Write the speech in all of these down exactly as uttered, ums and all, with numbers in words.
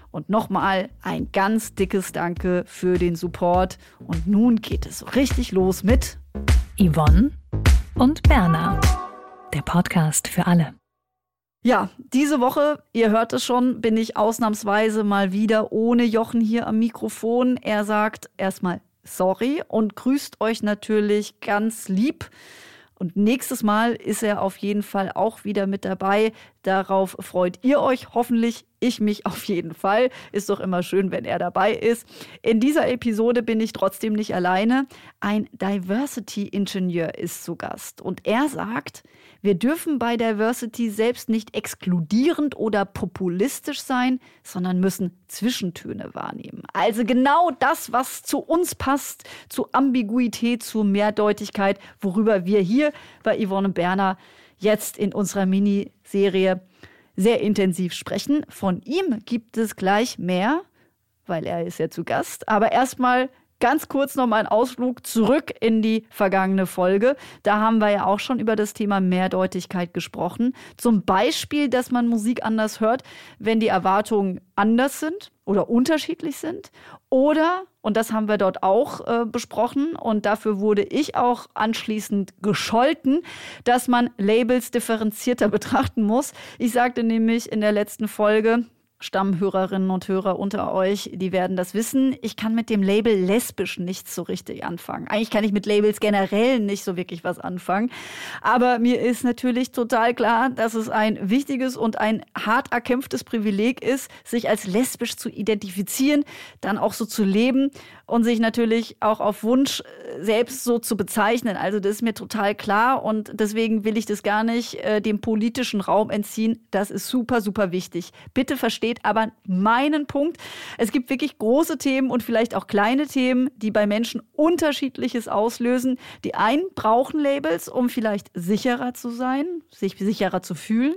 Und nochmal ein ganz dickes Danke für den Support. Und nun geht es so richtig los mit Yvonne und Berna, der Podcast für alle. Ja, diese Woche, ihr hört es schon, bin ich ausnahmsweise mal wieder ohne Jochen hier am Mikrofon. Er sagt erstmal sorry und grüßt euch natürlich ganz lieb. Und nächstes Mal ist er auf jeden Fall auch wieder mit dabei. Darauf freut ihr euch hoffentlich. Ich mich auf jeden Fall. Ist doch immer schön, wenn er dabei ist. In dieser Episode bin ich trotzdem nicht alleine. Ein Diversity-Ingenieur ist zu Gast. Und er sagt, wir dürfen bei Diversity selbst nicht exkludierend oder populistisch sein, sondern müssen Zwischentöne wahrnehmen. Also genau das, was zu uns passt, zu Ambiguität, zu Mehrdeutigkeit, worüber wir hier bei Yvonne und Berna jetzt in unserer Miniserie sehr intensiv sprechen. Von ihm gibt es gleich mehr, weil er ist ja zu Gast. Aber erstmal ganz kurz noch mal ein Ausflug zurück in die vergangene Folge. Da haben wir ja auch schon über das Thema Mehrdeutigkeit gesprochen. Zum Beispiel, dass man Musik anders hört, wenn die Erwartungen anders sind oder unterschiedlich sind. Oder, und das haben wir dort auch äh, besprochen und dafür wurde ich auch anschließend gescholten, dass man Labels differenzierter betrachten muss. Ich sagte nämlich in der letzten Folge, Stammhörerinnen und Hörer unter euch, die werden das wissen. Ich kann mit dem Label lesbisch nichts so richtig anfangen. Eigentlich kann ich mit Labels generell nicht so wirklich was anfangen. Aber mir ist natürlich total klar, dass es ein wichtiges und ein hart erkämpftes Privileg ist, sich als lesbisch zu identifizieren, dann auch so zu leben und sich natürlich auch auf Wunsch selbst so zu bezeichnen. Also das ist mir total klar und deswegen will ich das gar nicht äh, dem politischen Raum entziehen. Das ist super, super wichtig. Bitte versteht aber meinen Punkt. Es gibt wirklich große Themen und vielleicht auch kleine Themen, die bei Menschen Unterschiedliches auslösen. Die einen brauchen Labels, um vielleicht sicherer zu sein, sich sicherer zu fühlen.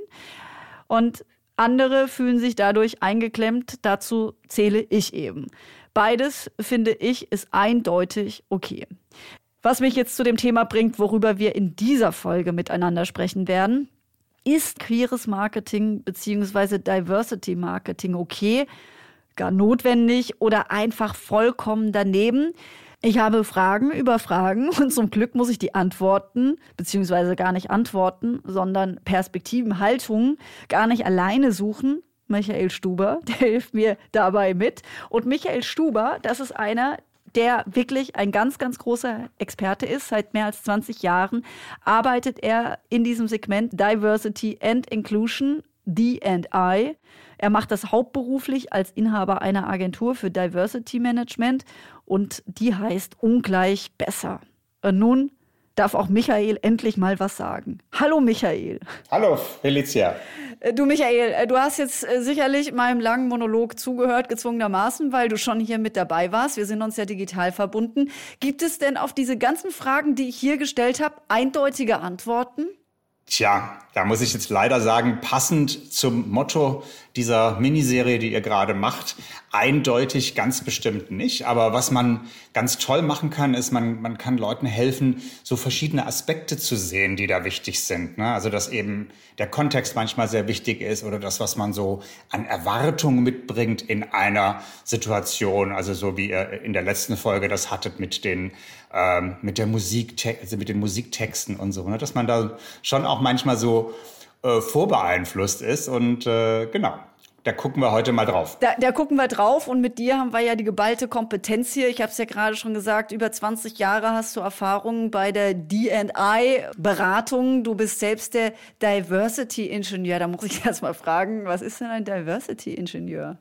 Und andere fühlen sich dadurch eingeklemmt. Dazu zähle ich eben. Beides, finde ich, ist eindeutig okay. Was mich jetzt zu dem Thema bringt, worüber wir in dieser Folge miteinander sprechen werden. Ist queeres Marketing bzw. Diversity Marketing okay, gar notwendig oder einfach vollkommen daneben? Ich habe Fragen über Fragen und zum Glück muss ich die Antworten, beziehungsweise gar nicht Antworten, sondern Perspektiven, Haltungen gar nicht alleine suchen. Michael Stuber, der hilft mir dabei mit. Und Michael Stuber, das ist einer, der wirklich ein ganz, ganz großer Experte ist. Seit mehr als zwanzig Jahren arbeitet er in diesem Segment Diversity and Inclusion, D and I. Er macht das hauptberuflich als Inhaber einer Agentur für Diversity Management und die heißt Ungleich besser. Und nun darf auch Michael endlich mal was sagen. Hallo Michael. Hallo Felicia. Du Michael, du hast jetzt sicherlich meinem langen Monolog zugehört, gezwungenermaßen, weil du schon hier mit dabei warst. Wir sind uns ja digital verbunden. Gibt es denn auf diese ganzen Fragen, die ich hier gestellt habe, eindeutige Antworten? Tja, da muss ich jetzt leider sagen, passend zum Motto dieser Miniserie, die ihr gerade macht, eindeutig ganz bestimmt nicht. Aber was man ganz toll machen kann, ist, man, man kann Leuten helfen, so verschiedene Aspekte zu sehen, die da wichtig sind. Ne? Also, dass eben der Kontext manchmal sehr wichtig ist oder das, was man so an Erwartungen mitbringt in einer Situation. Also, so wie ihr in der letzten Folge das hattet mit den, ähm, mit der Musik, also mit den Musiktexten und so. Ne? Dass man da schon auch manchmal so äh, vorbeeinflusst ist und äh, genau. Da gucken wir heute mal drauf. Da, da gucken wir drauf und mit dir haben wir ja die geballte Kompetenz hier. Ich habe es ja gerade schon gesagt, über zwanzig Jahre hast du Erfahrung bei der D and I-Beratung. Du bist selbst der Diversity-Ingenieur. Da muss ich erst mal fragen, was ist denn ein Diversity-Ingenieur?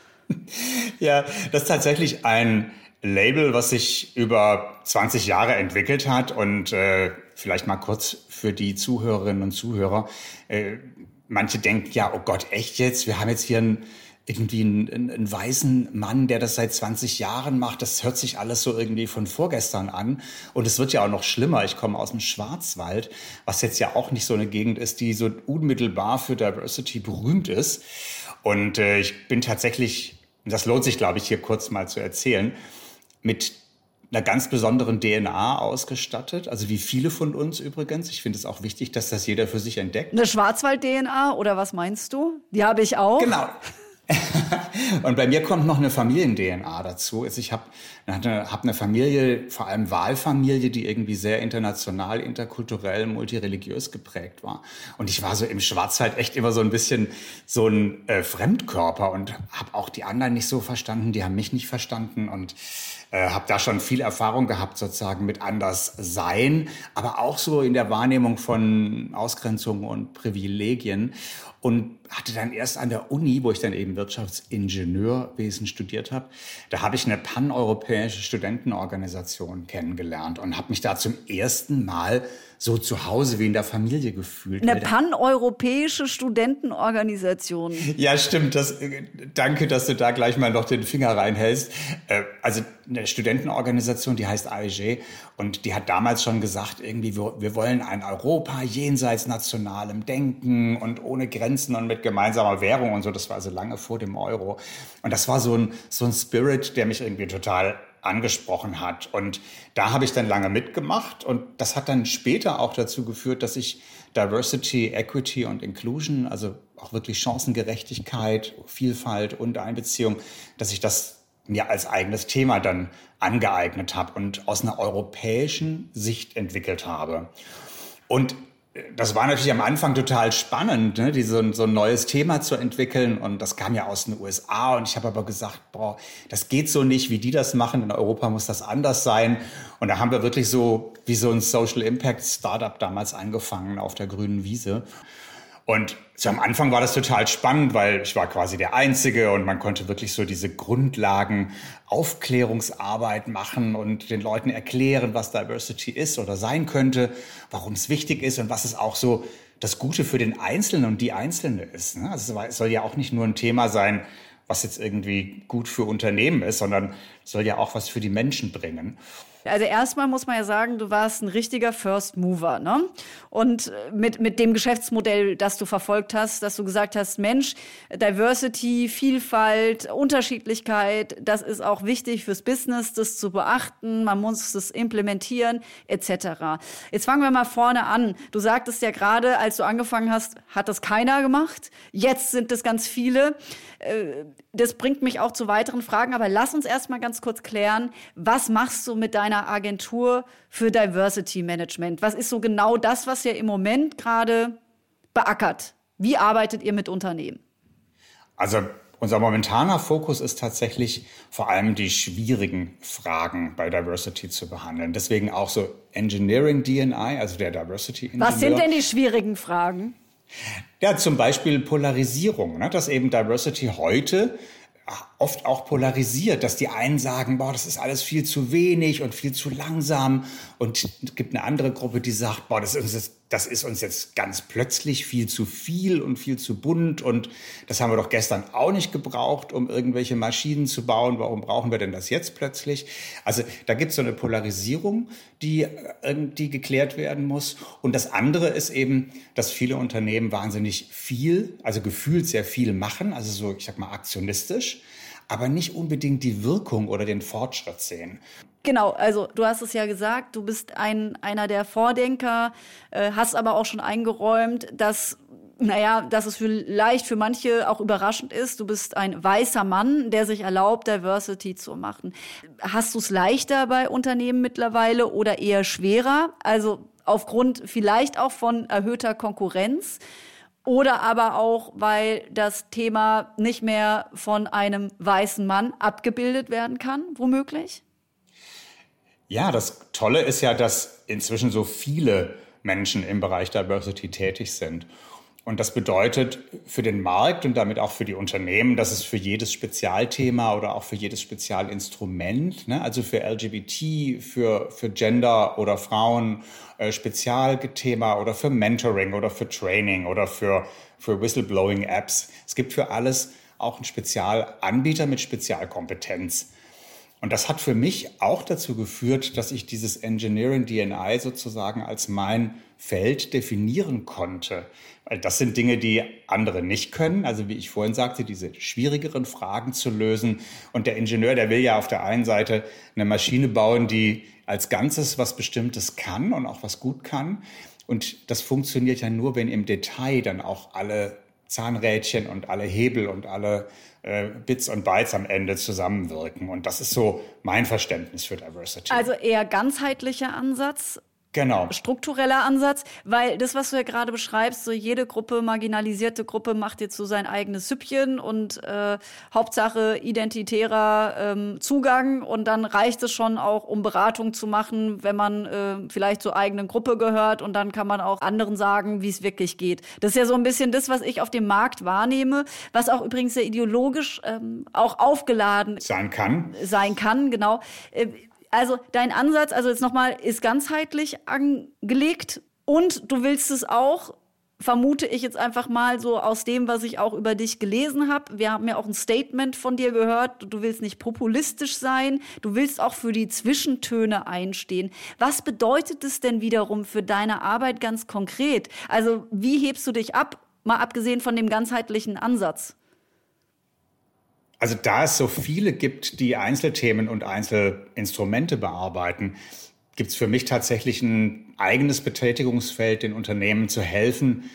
Ja, das ist tatsächlich ein Label, was sich über zwanzig Jahre entwickelt hat. Und äh, vielleicht mal kurz für die Zuhörerinnen und Zuhörer. Äh, Manche denken, ja, oh Gott, echt jetzt? Wir haben jetzt hier einen, irgendwie einen, einen, einen weißen Mann, der das seit zwanzig Jahren macht. Das hört sich alles so irgendwie von vorgestern an. Und es wird ja auch noch schlimmer. Ich komme aus dem Schwarzwald, was jetzt ja auch nicht so eine Gegend ist, die so unmittelbar für Diversity berühmt ist. Und äh, ich bin tatsächlich, das lohnt sich, glaube ich, hier kurz mal zu erzählen, mit einer ganz besonderen D N A ausgestattet, also wie viele von uns übrigens. Ich finde es auch wichtig, dass das jeder für sich entdeckt. Eine Schwarzwald-D N A oder was meinst du? Die habe ich auch. Genau. Und bei mir kommt noch eine Familien-D N A dazu. Also ich habe eine, hab eine Familie, vor allem Wahlfamilie, die irgendwie sehr international, interkulturell, multireligiös geprägt war. Und ich war so im Schwarzwald echt immer so ein bisschen so ein äh, Fremdkörper und habe auch die anderen nicht so verstanden, die haben mich nicht verstanden und äh, habe da schon viel Erfahrung gehabt sozusagen mit Anderssein, aber auch so in der Wahrnehmung von Ausgrenzung und Privilegien. Und hatte dann erst an der Uni, wo ich dann eben Wirtschaftsingenieurwesen studiert habe, da habe ich eine paneuropäische Studentenorganisation kennengelernt und habe mich da zum ersten Mal so zu Hause wie in der Familie gefühlt. Eine paneuropäische Studentenorganisation. Ja, stimmt. Das, danke, dass du da gleich mal noch den Finger reinhältst. Also eine Studentenorganisation, die heißt A E G und die hat damals schon gesagt, irgendwie wir, wir wollen ein Europa jenseits nationalem Denken und ohne Grenzen und mit gemeinsamer Währung und so. Das war also lange vor dem Euro. Und das war so ein, so ein Spirit, der mich irgendwie total angesprochen hat. Und da habe ich dann lange mitgemacht und das hat dann später auch dazu geführt, dass ich Diversity, Equity und Inclusion, also auch wirklich Chancengerechtigkeit, Vielfalt und Einbeziehung, dass ich das mir als eigenes Thema dann angeeignet habe und aus einer europäischen Sicht entwickelt habe. Und das war natürlich am Anfang total spannend, ne, diese, so ein neues Thema zu entwickeln. Und das kam ja aus den U S A. Und ich habe aber gesagt, boah, das geht so nicht, wie die das machen. In Europa muss das anders sein. Und da haben wir wirklich so wie so ein Social Impact Startup damals angefangen auf der grünen Wiese. Und so am Anfang war das total spannend, weil ich war quasi der Einzige und man konnte wirklich so diese Grundlagen Aufklärungsarbeit machen und den Leuten erklären, was Diversity ist oder sein könnte, warum es wichtig ist und was es auch so das Gute für den Einzelnen und die Einzelne ist. Also es soll ja auch nicht nur ein Thema sein, was jetzt irgendwie gut für Unternehmen ist, sondern soll ja auch was für die Menschen bringen. Also erstmal muss man ja sagen, du warst ein richtiger First Mover, ne? Und mit, mit dem Geschäftsmodell, das du verfolgt hast, dass du gesagt hast, Mensch, Diversity, Vielfalt, Unterschiedlichkeit, das ist auch wichtig fürs Business, das zu beachten, man muss das implementieren, et cetera. Jetzt fangen wir mal vorne an. Du sagtest ja gerade, als du angefangen hast, hat das keiner gemacht. Jetzt sind es ganz viele. Das bringt mich auch zu weiteren Fragen, aber lass uns erst mal ganz kurz klären, was machst du mit deiner Agentur für Diversity Management? Was ist so genau das, was ihr im Moment gerade beackert? Wie arbeitet ihr mit Unternehmen? Also unser momentaner Fokus ist tatsächlich vor allem die schwierigen Fragen bei Diversity zu behandeln. Deswegen auch so Engineering D and I, also der Diversity Ingenieur. Was sind denn die schwierigen Fragen? Ja, zum Beispiel Polarisierung, ne? Dass eben Diversity heute oft auch polarisiert, dass die einen sagen, boah, das ist alles viel zu wenig und viel zu langsam und es gibt eine andere Gruppe, die sagt, boah, das ist, uns, das ist uns jetzt ganz plötzlich viel zu viel und viel zu bunt und das haben wir doch gestern auch nicht gebraucht, um irgendwelche Maschinen zu bauen, warum brauchen wir denn das jetzt plötzlich? Also da gibt es so eine Polarisierung, die irgendwie geklärt werden muss und das andere ist eben, dass viele Unternehmen wahnsinnig viel, also gefühlt sehr viel machen, also so, ich sag mal, aktionistisch, aber nicht unbedingt die Wirkung oder den Fortschritt sehen. Genau, also du hast es ja gesagt, du bist ein, einer der Vordenker, äh, hast aber auch schon eingeräumt, dass, naja, dass es vielleicht für manche auch überraschend ist. Du bist ein weißer Mann, der sich erlaubt, Diversity zu machen. Hast du es leichter bei Unternehmen mittlerweile oder eher schwerer? Also aufgrund vielleicht auch von erhöhter Konkurrenz? Oder aber auch, weil das Thema nicht mehr von einem weißen Mann abgebildet werden kann, womöglich? Ja, das Tolle ist ja, dass inzwischen so viele Menschen im Bereich Diversity tätig sind. Und das bedeutet für den Markt und damit auch für die Unternehmen, dass es für jedes Spezialthema oder auch für jedes Spezialinstrument, ne, also für L G B T, für, für Gender oder Frauen, äh, Spezialthema oder für Mentoring oder für Training oder für, für Whistleblowing-Apps. Es gibt für alles auch einen Spezialanbieter mit Spezialkompetenz. Und das hat für mich auch dazu geführt, dass ich dieses Engineering D and I sozusagen als mein Feld definieren konnte. Weil das sind Dinge, die andere nicht können. Also wie ich vorhin sagte, diese schwierigeren Fragen zu lösen. Und der Ingenieur, der will ja auf der einen Seite eine Maschine bauen, die als Ganzes was Bestimmtes kann und auch was gut kann. Und das funktioniert ja nur, wenn im Detail dann auch alle Zahnrädchen und alle Hebel und alle äh, Bits und Bytes am Ende zusammenwirken. Und das ist so mein Verständnis für Diversity. Also eher ganzheitlicher Ansatz. Genau. Struktureller Ansatz, weil das, was du ja gerade beschreibst, so jede Gruppe, marginalisierte Gruppe macht jetzt so sein eigenes Süppchen und äh, Hauptsache identitärer ähm, Zugang und dann reicht es schon auch, um Beratung zu machen, wenn man äh, vielleicht zur eigenen Gruppe gehört und dann kann man auch anderen sagen, wie es wirklich geht. Das ist ja so ein bisschen das, was ich auf dem Markt wahrnehme, was auch übrigens sehr ideologisch ähm, auch aufgeladen sein kann. Sein kann, genau. Äh, Also dein Ansatz, also jetzt nochmal, ist ganzheitlich angelegt und du willst es auch, vermute ich jetzt einfach mal so aus dem, was ich auch über dich gelesen habe. Wir haben ja auch ein Statement von dir gehört, du willst nicht populistisch sein, du willst auch für die Zwischentöne einstehen. Was bedeutet es denn wiederum für deine Arbeit ganz konkret? Also wie hebst du dich ab, mal abgesehen von dem ganzheitlichen Ansatz? Also da es so viele gibt, die Einzelthemen und Einzelinstrumente bearbeiten, gibt es für mich tatsächlich ein eigenes Betätigungsfeld, den Unternehmen zu helfen,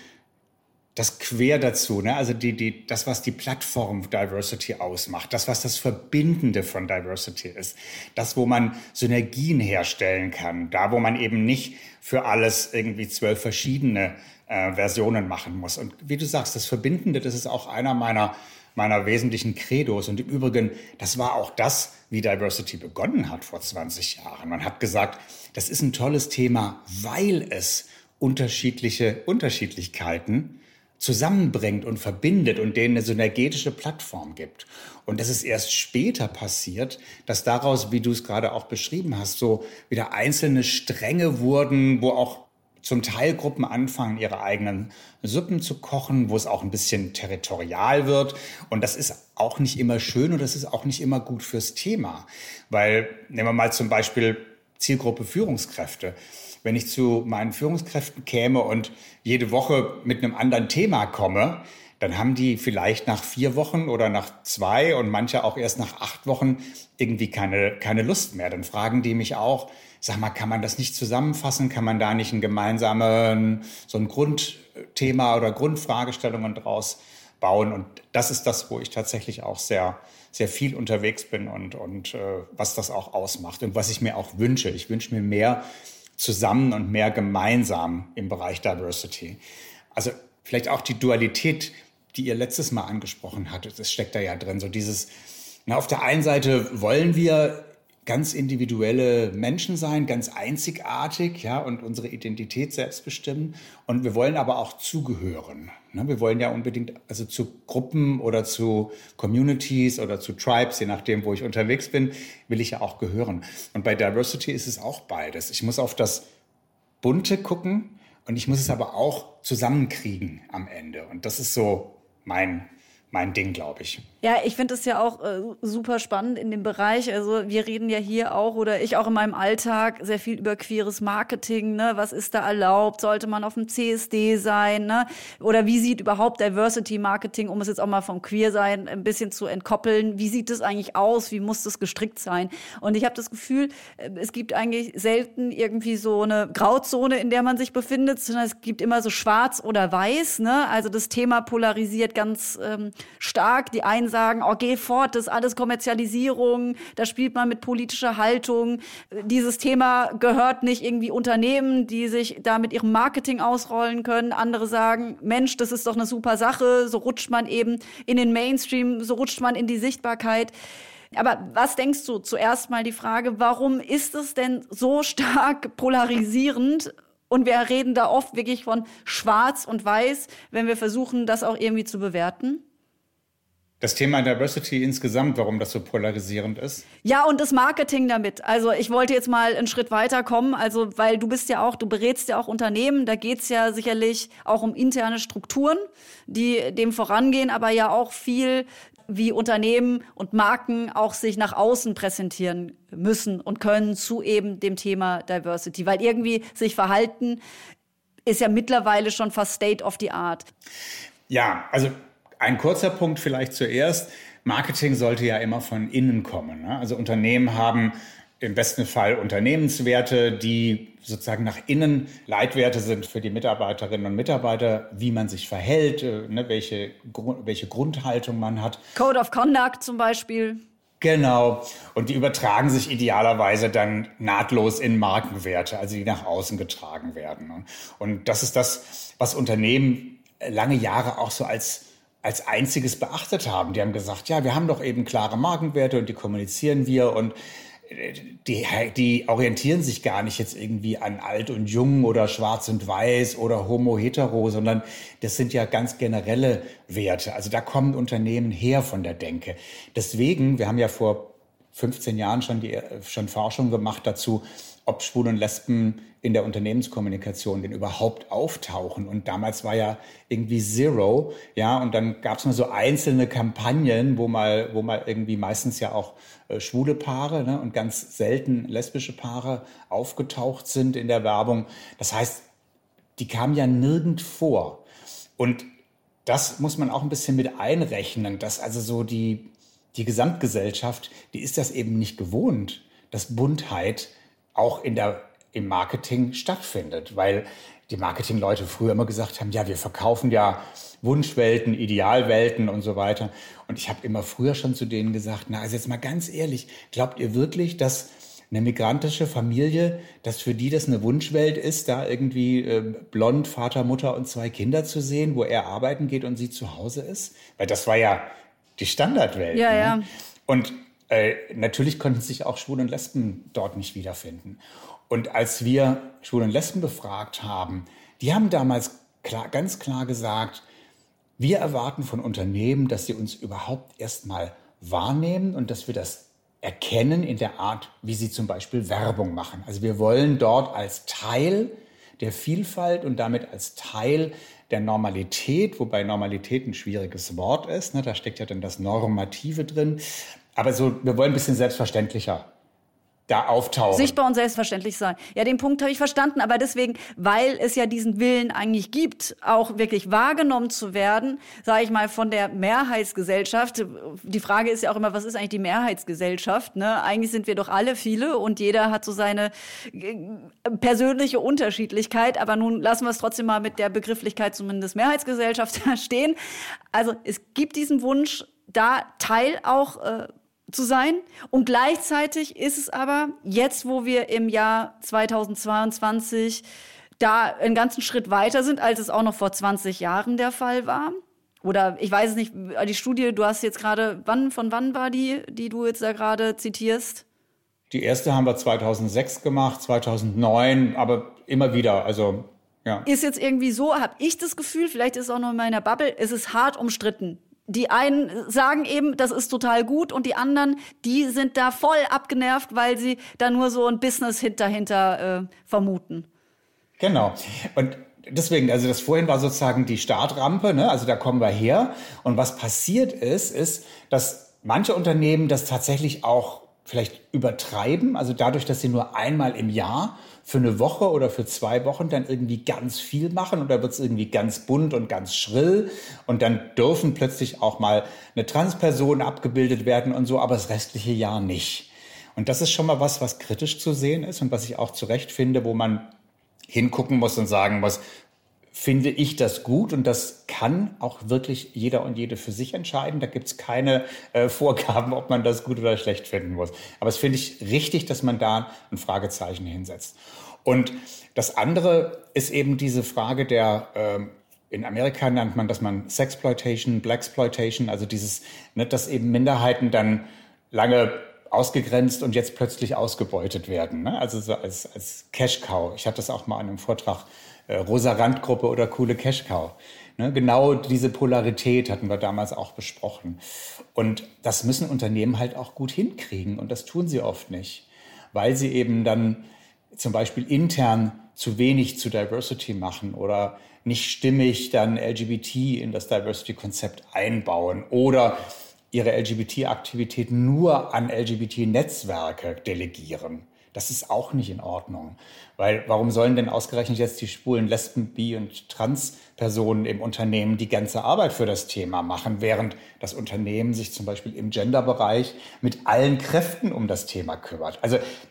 das quer dazu, ne? Also die, die, das, was die Plattform Diversity ausmacht, das, was das Verbindende von Diversity ist, das, wo man Synergien herstellen kann, da, wo man eben nicht für alles irgendwie zwölf verschiedene äh, Versionen machen muss. Und wie du sagst, das Verbindende, das ist auch einer meiner meiner wesentlichen Credos. Und im Übrigen, das war auch das, wie Diversity begonnen hat vor zwanzig Jahren. Man hat gesagt, das ist ein tolles Thema, weil es unterschiedliche Unterschiedlichkeiten zusammenbringt und verbindet und denen eine synergetische Plattform gibt. Und das ist erst später passiert, dass daraus, wie du es gerade auch beschrieben hast, so wieder einzelne Stränge wurden, wo auch zum Teil Gruppen anfangen, ihre eigenen Suppen zu kochen, wo es auch ein bisschen territorial wird. Und das ist auch nicht immer schön und das ist auch nicht immer gut fürs Thema. Weil, nehmen wir mal zum Beispiel Zielgruppe Führungskräfte. Wenn ich zu meinen Führungskräften käme und jede Woche mit einem anderen Thema komme, dann haben die vielleicht nach vier Wochen oder nach zwei und manche auch erst nach acht Wochen irgendwie keine, keine Lust mehr. Dann fragen die mich auch, sag mal, kann man das nicht zusammenfassen? Kann man da nicht ein gemeinsames, so ein Grundthema oder Grundfragestellungen draus bauen? Und das ist das, wo ich tatsächlich auch sehr, sehr viel unterwegs bin und, und äh, was das auch ausmacht und was ich mir auch wünsche. Ich wünsche mir mehr zusammen und mehr gemeinsam im Bereich Diversity. Also vielleicht auch die Dualität, die ihr letztes Mal angesprochen hattet, das steckt da ja drin. So dieses, na, auf der einen Seite wollen wir ganz individuelle Menschen sein, ganz einzigartig, ja, und unsere Identität selbst bestimmen. Und wir wollen aber auch zugehören. Ne? Wir wollen ja unbedingt also zu Gruppen oder zu Communities oder zu Tribes, je nachdem, wo ich unterwegs bin, will ich ja auch gehören. Und bei Diversity ist es auch beides. Ich muss auf das Bunte gucken und ich muss es aber auch zusammenkriegen am Ende. Und das ist so mein mein Ding, glaube ich. Ja, ich finde es ja auch äh, super spannend in dem Bereich. Also wir reden ja hier auch oder ich auch in meinem Alltag sehr viel über queeres Marketing. Ne? Was ist da erlaubt? Sollte man auf dem C S D sein? Ne? Oder wie sieht überhaupt Diversity Marketing, um es jetzt auch mal vom Queer-Sein ein bisschen zu entkoppeln, wie sieht das eigentlich aus? Wie muss das gestrickt sein? Und ich habe das Gefühl, es gibt eigentlich selten irgendwie so eine Grauzone, in der man sich befindet, sondern es gibt immer so schwarz oder weiß. Ne? Also das Thema polarisiert ganz ähm, stark. Die einen sagen, oh, geh fort, das ist alles Kommerzialisierung, da spielt man mit politischer Haltung. Dieses Thema gehört nicht irgendwie Unternehmen, die sich da mit ihrem Marketing ausrollen können. Andere sagen, Mensch, das ist doch eine super Sache, so rutscht man eben in den Mainstream, so rutscht man in die Sichtbarkeit. Aber was denkst du? Zuerst mal die Frage, warum ist es denn so stark polarisierend? Und wir reden da oft wirklich von schwarz und weiß, wenn wir versuchen, das auch irgendwie zu bewerten. Das Thema Diversity insgesamt, warum das so polarisierend ist? Ja, und das Marketing damit. Also ich wollte jetzt mal einen Schritt weiter kommen, also weil du bist ja auch, du berätst ja auch Unternehmen, da geht's ja sicherlich auch um interne Strukturen, die dem vorangehen, aber ja auch viel, wie Unternehmen und Marken auch sich nach außen präsentieren müssen und können zu eben dem Thema Diversity, weil irgendwie sich verhalten ist ja mittlerweile schon fast State of the Art. Ja, also ein kurzer Punkt vielleicht zuerst. Marketing sollte ja immer von innen kommen. Ne? Also Unternehmen haben im besten Fall Unternehmenswerte, die sozusagen nach innen Leitwerte sind für die Mitarbeiterinnen und Mitarbeiter, wie man sich verhält, ne, welche, welche Grundhaltung man hat. Code of Conduct zum Beispiel. Genau. Und die übertragen sich idealerweise dann nahtlos in Markenwerte, also die nach außen getragen werden. Und das ist das, was Unternehmen lange Jahre auch so als als einziges beachtet haben. Die haben gesagt, ja, wir haben doch eben klare Markenwerte und die kommunizieren wir und die, die orientieren sich gar nicht jetzt irgendwie an alt und jung oder schwarz und weiß oder homo hetero, sondern das sind ja ganz generelle Werte. Also da kommen Unternehmen her von der Denke. Deswegen, wir haben ja vor fünfzehn Jahren schon die schon Forschung gemacht dazu, ob Schwule und Lesben in der Unternehmenskommunikation denn überhaupt auftauchen. Und damals war ja irgendwie Zero, ja, und dann gab es mal so einzelne Kampagnen, wo mal, wo mal irgendwie meistens ja auch äh, schwule Paare, ne, und ganz selten lesbische Paare aufgetaucht sind in der Werbung. Das heißt, die kamen ja nirgend vor. Und das muss man auch ein bisschen mit einrechnen, dass also so die, die Gesamtgesellschaft, die ist das eben nicht gewohnt, dass Buntheit auch in der, im Marketing stattfindet, weil die Marketingleute früher immer gesagt haben, ja, wir verkaufen ja Wunschwelten, Idealwelten und so weiter. Und ich habe immer früher schon zu denen gesagt, na, also jetzt mal ganz ehrlich, glaubt ihr wirklich, dass eine migrantische Familie, dass für die das eine Wunschwelt ist, da irgendwie äh, blond, Vater, Mutter und zwei Kinder zu sehen, wo er arbeiten geht und sie zu Hause ist? Weil das war ja die Standardwelt. Ja, ne? ja. Und Äh, natürlich konnten sich auch Schwule und Lesben dort nicht wiederfinden. Und als wir Schwule und Lesben befragt haben, die haben damals klar, ganz klar gesagt, wir erwarten von Unternehmen, dass sie uns überhaupt erstmal wahrnehmen und dass wir das erkennen in der Art, wie sie zum Beispiel Werbung machen. Also wir wollen dort als Teil der Vielfalt und damit als Teil der Normalität, wobei Normalität ein schwieriges Wort ist, ne, da steckt ja dann das Normative drin. Aber so, wir wollen ein bisschen selbstverständlicher da auftauchen. Sichtbar und selbstverständlich sein. Ja, den Punkt habe ich verstanden. Aber deswegen, weil es ja diesen Willen eigentlich gibt, auch wirklich wahrgenommen zu werden, sage ich mal, von der Mehrheitsgesellschaft. Die Frage ist ja auch immer, was ist eigentlich die Mehrheitsgesellschaft? Ne? Eigentlich sind wir doch alle viele und jeder hat so seine persönliche Unterschiedlichkeit. Aber nun lassen wir es trotzdem mal mit der Begrifflichkeit zumindest Mehrheitsgesellschaft stehen. Also es gibt diesen Wunsch, da Teil auch äh, zu sein. Und gleichzeitig ist es aber jetzt, wo wir im Jahr zweitausendzweiundzwanzig da einen ganzen Schritt weiter sind, als es auch noch vor zwanzig Jahren der Fall war. Oder ich weiß es nicht, die Studie, du hast jetzt gerade, wann, von wann war die, die du jetzt da gerade zitierst? Die erste haben wir zweitausendsechs gemacht, zweitausendneun, aber immer wieder, also ja. Ist jetzt irgendwie so, habe ich das Gefühl, vielleicht ist es auch noch in meiner Bubble, es ist hart umstritten. Die einen sagen eben, das ist total gut und die anderen, die sind da voll abgenervt, weil sie da nur so ein Business dahinter äh, vermuten. Genau. Und deswegen, also das vorhin war sozusagen die Startrampe, ne? Also da kommen wir her. Und was passiert ist, ist, dass manche Unternehmen das tatsächlich auch vielleicht übertreiben. Also dadurch, dass sie nur einmal im Jahr für eine Woche oder für zwei Wochen dann irgendwie ganz viel machen und da wird es irgendwie ganz bunt und ganz schrill und dann dürfen plötzlich auch mal eine Transperson abgebildet werden und so, aber das restliche Jahr nicht. Und das ist schon mal was, was kritisch zu sehen ist und was ich auch zu Recht finde, wo man hingucken muss und sagen muss, finde ich das gut? Und das kann auch wirklich jeder und jede für sich entscheiden. Da gibt es keine äh, Vorgaben, ob man das gut oder schlecht finden muss. Aber es finde ich richtig, dass man da ein Fragezeichen hinsetzt. Und das andere ist eben diese Frage der, ähm, in Amerika nennt man das man Sexploitation, Blaxploitation, also dieses, ne, dass eben Minderheiten dann lange ausgegrenzt und jetzt plötzlich ausgebeutet werden, ne? Also so als, als Cash-Cow. Ich hatte das auch mal an einem Vortrag, äh, Rosa-Rand-Gruppe oder coole Cash-Cow. Ne? Genau diese Polarität hatten wir damals auch besprochen. Und das müssen Unternehmen halt auch gut hinkriegen und das tun sie oft nicht, weil sie eben dann zum Beispiel intern zu wenig zu Diversity machen oder nicht stimmig dann L G B T in das Diversity-Konzept einbauen oder ihre L G B T-Aktivität nur an L G B T-Netzwerke delegieren. Das ist auch nicht in Ordnung. Weil warum sollen denn ausgerechnet jetzt die schwulen, Lesben, Bi- und Trans-Personen im Unternehmen die ganze Arbeit für das Thema machen, während das Unternehmen sich zum Beispiel im Gender-Bereich mit allen Kräften um das Thema kümmert? Also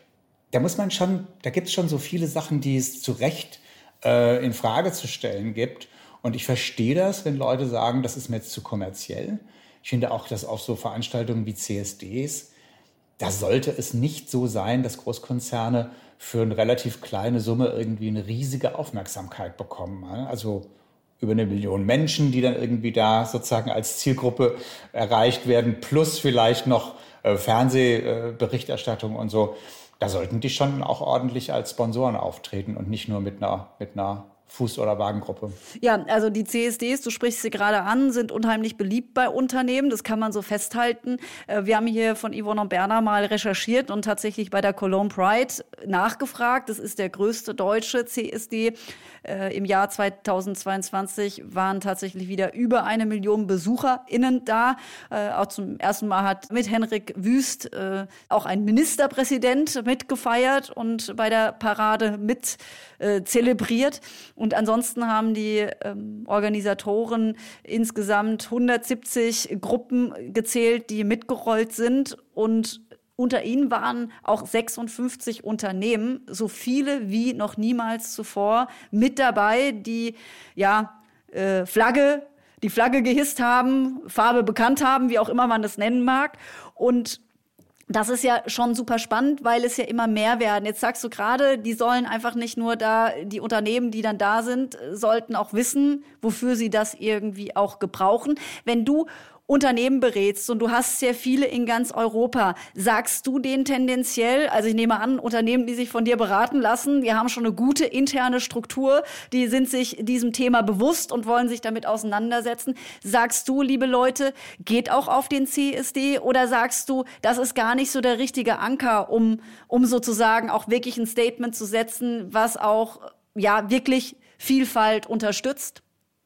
da muss man schon, da gibt es schon so viele Sachen, die es zu Recht äh, in Frage zu stellen gibt. Und ich verstehe das, wenn Leute sagen, das ist mir jetzt zu kommerziell. Ich finde auch, dass auf so Veranstaltungen wie C S Ds, da sollte es nicht so sein, dass Großkonzerne für eine relativ kleine Summe irgendwie eine riesige Aufmerksamkeit bekommen. Also über eine Million Menschen, die dann irgendwie da sozusagen als Zielgruppe erreicht werden, plus vielleicht noch äh, Fernsehberichterstattung äh, und so. Da sollten die schon auch ordentlich als Sponsoren auftreten und nicht nur mit einer, mit einer Fuß- oder Wagengruppe. Ja, also die C S Ds, du sprichst sie gerade an, sind unheimlich beliebt bei Unternehmen. Das kann man so festhalten. Wir haben hier von Yvonne und Berner mal recherchiert und tatsächlich bei der Cologne Pride nachgefragt. Das ist der größte deutsche C S D. Im Jahr zweitausendzweiundzwanzig waren tatsächlich wieder über eine Million BesucherInnen da. Auch zum ersten Mal hat mit Henrik Wüst auch ein Ministerpräsident mitgefeiert und bei der Parade mit zelebriert. Und ansonsten haben die ähm, Organisatoren insgesamt hundertsiebzig Gruppen gezählt, die mitgerollt sind. Und unter ihnen waren auch sechsundfünfzig Unternehmen, so viele wie noch niemals zuvor, mit dabei, die ja äh, Flagge, die Flagge gehisst haben, Farbe bekannt haben, wie auch immer man das nennen mag. Und das ist ja schon super spannend, weil es ja immer mehr werden. Jetzt sagst du gerade, die sollen einfach nicht nur da, die Unternehmen, die dann da sind, sollten auch wissen, wofür sie das irgendwie auch gebrauchen. Wenn du Unternehmen berätst und du hast sehr viele in ganz Europa, sagst du denen tendenziell, also ich nehme an, Unternehmen, die sich von dir beraten lassen, die haben schon eine gute interne Struktur, die sind sich diesem Thema bewusst und wollen sich damit auseinandersetzen. Sagst du, liebe Leute, geht auch auf den C S D oder sagst du, das ist gar nicht so der richtige Anker, um, um sozusagen auch wirklich ein Statement zu setzen, was auch ja wirklich Vielfalt unterstützt?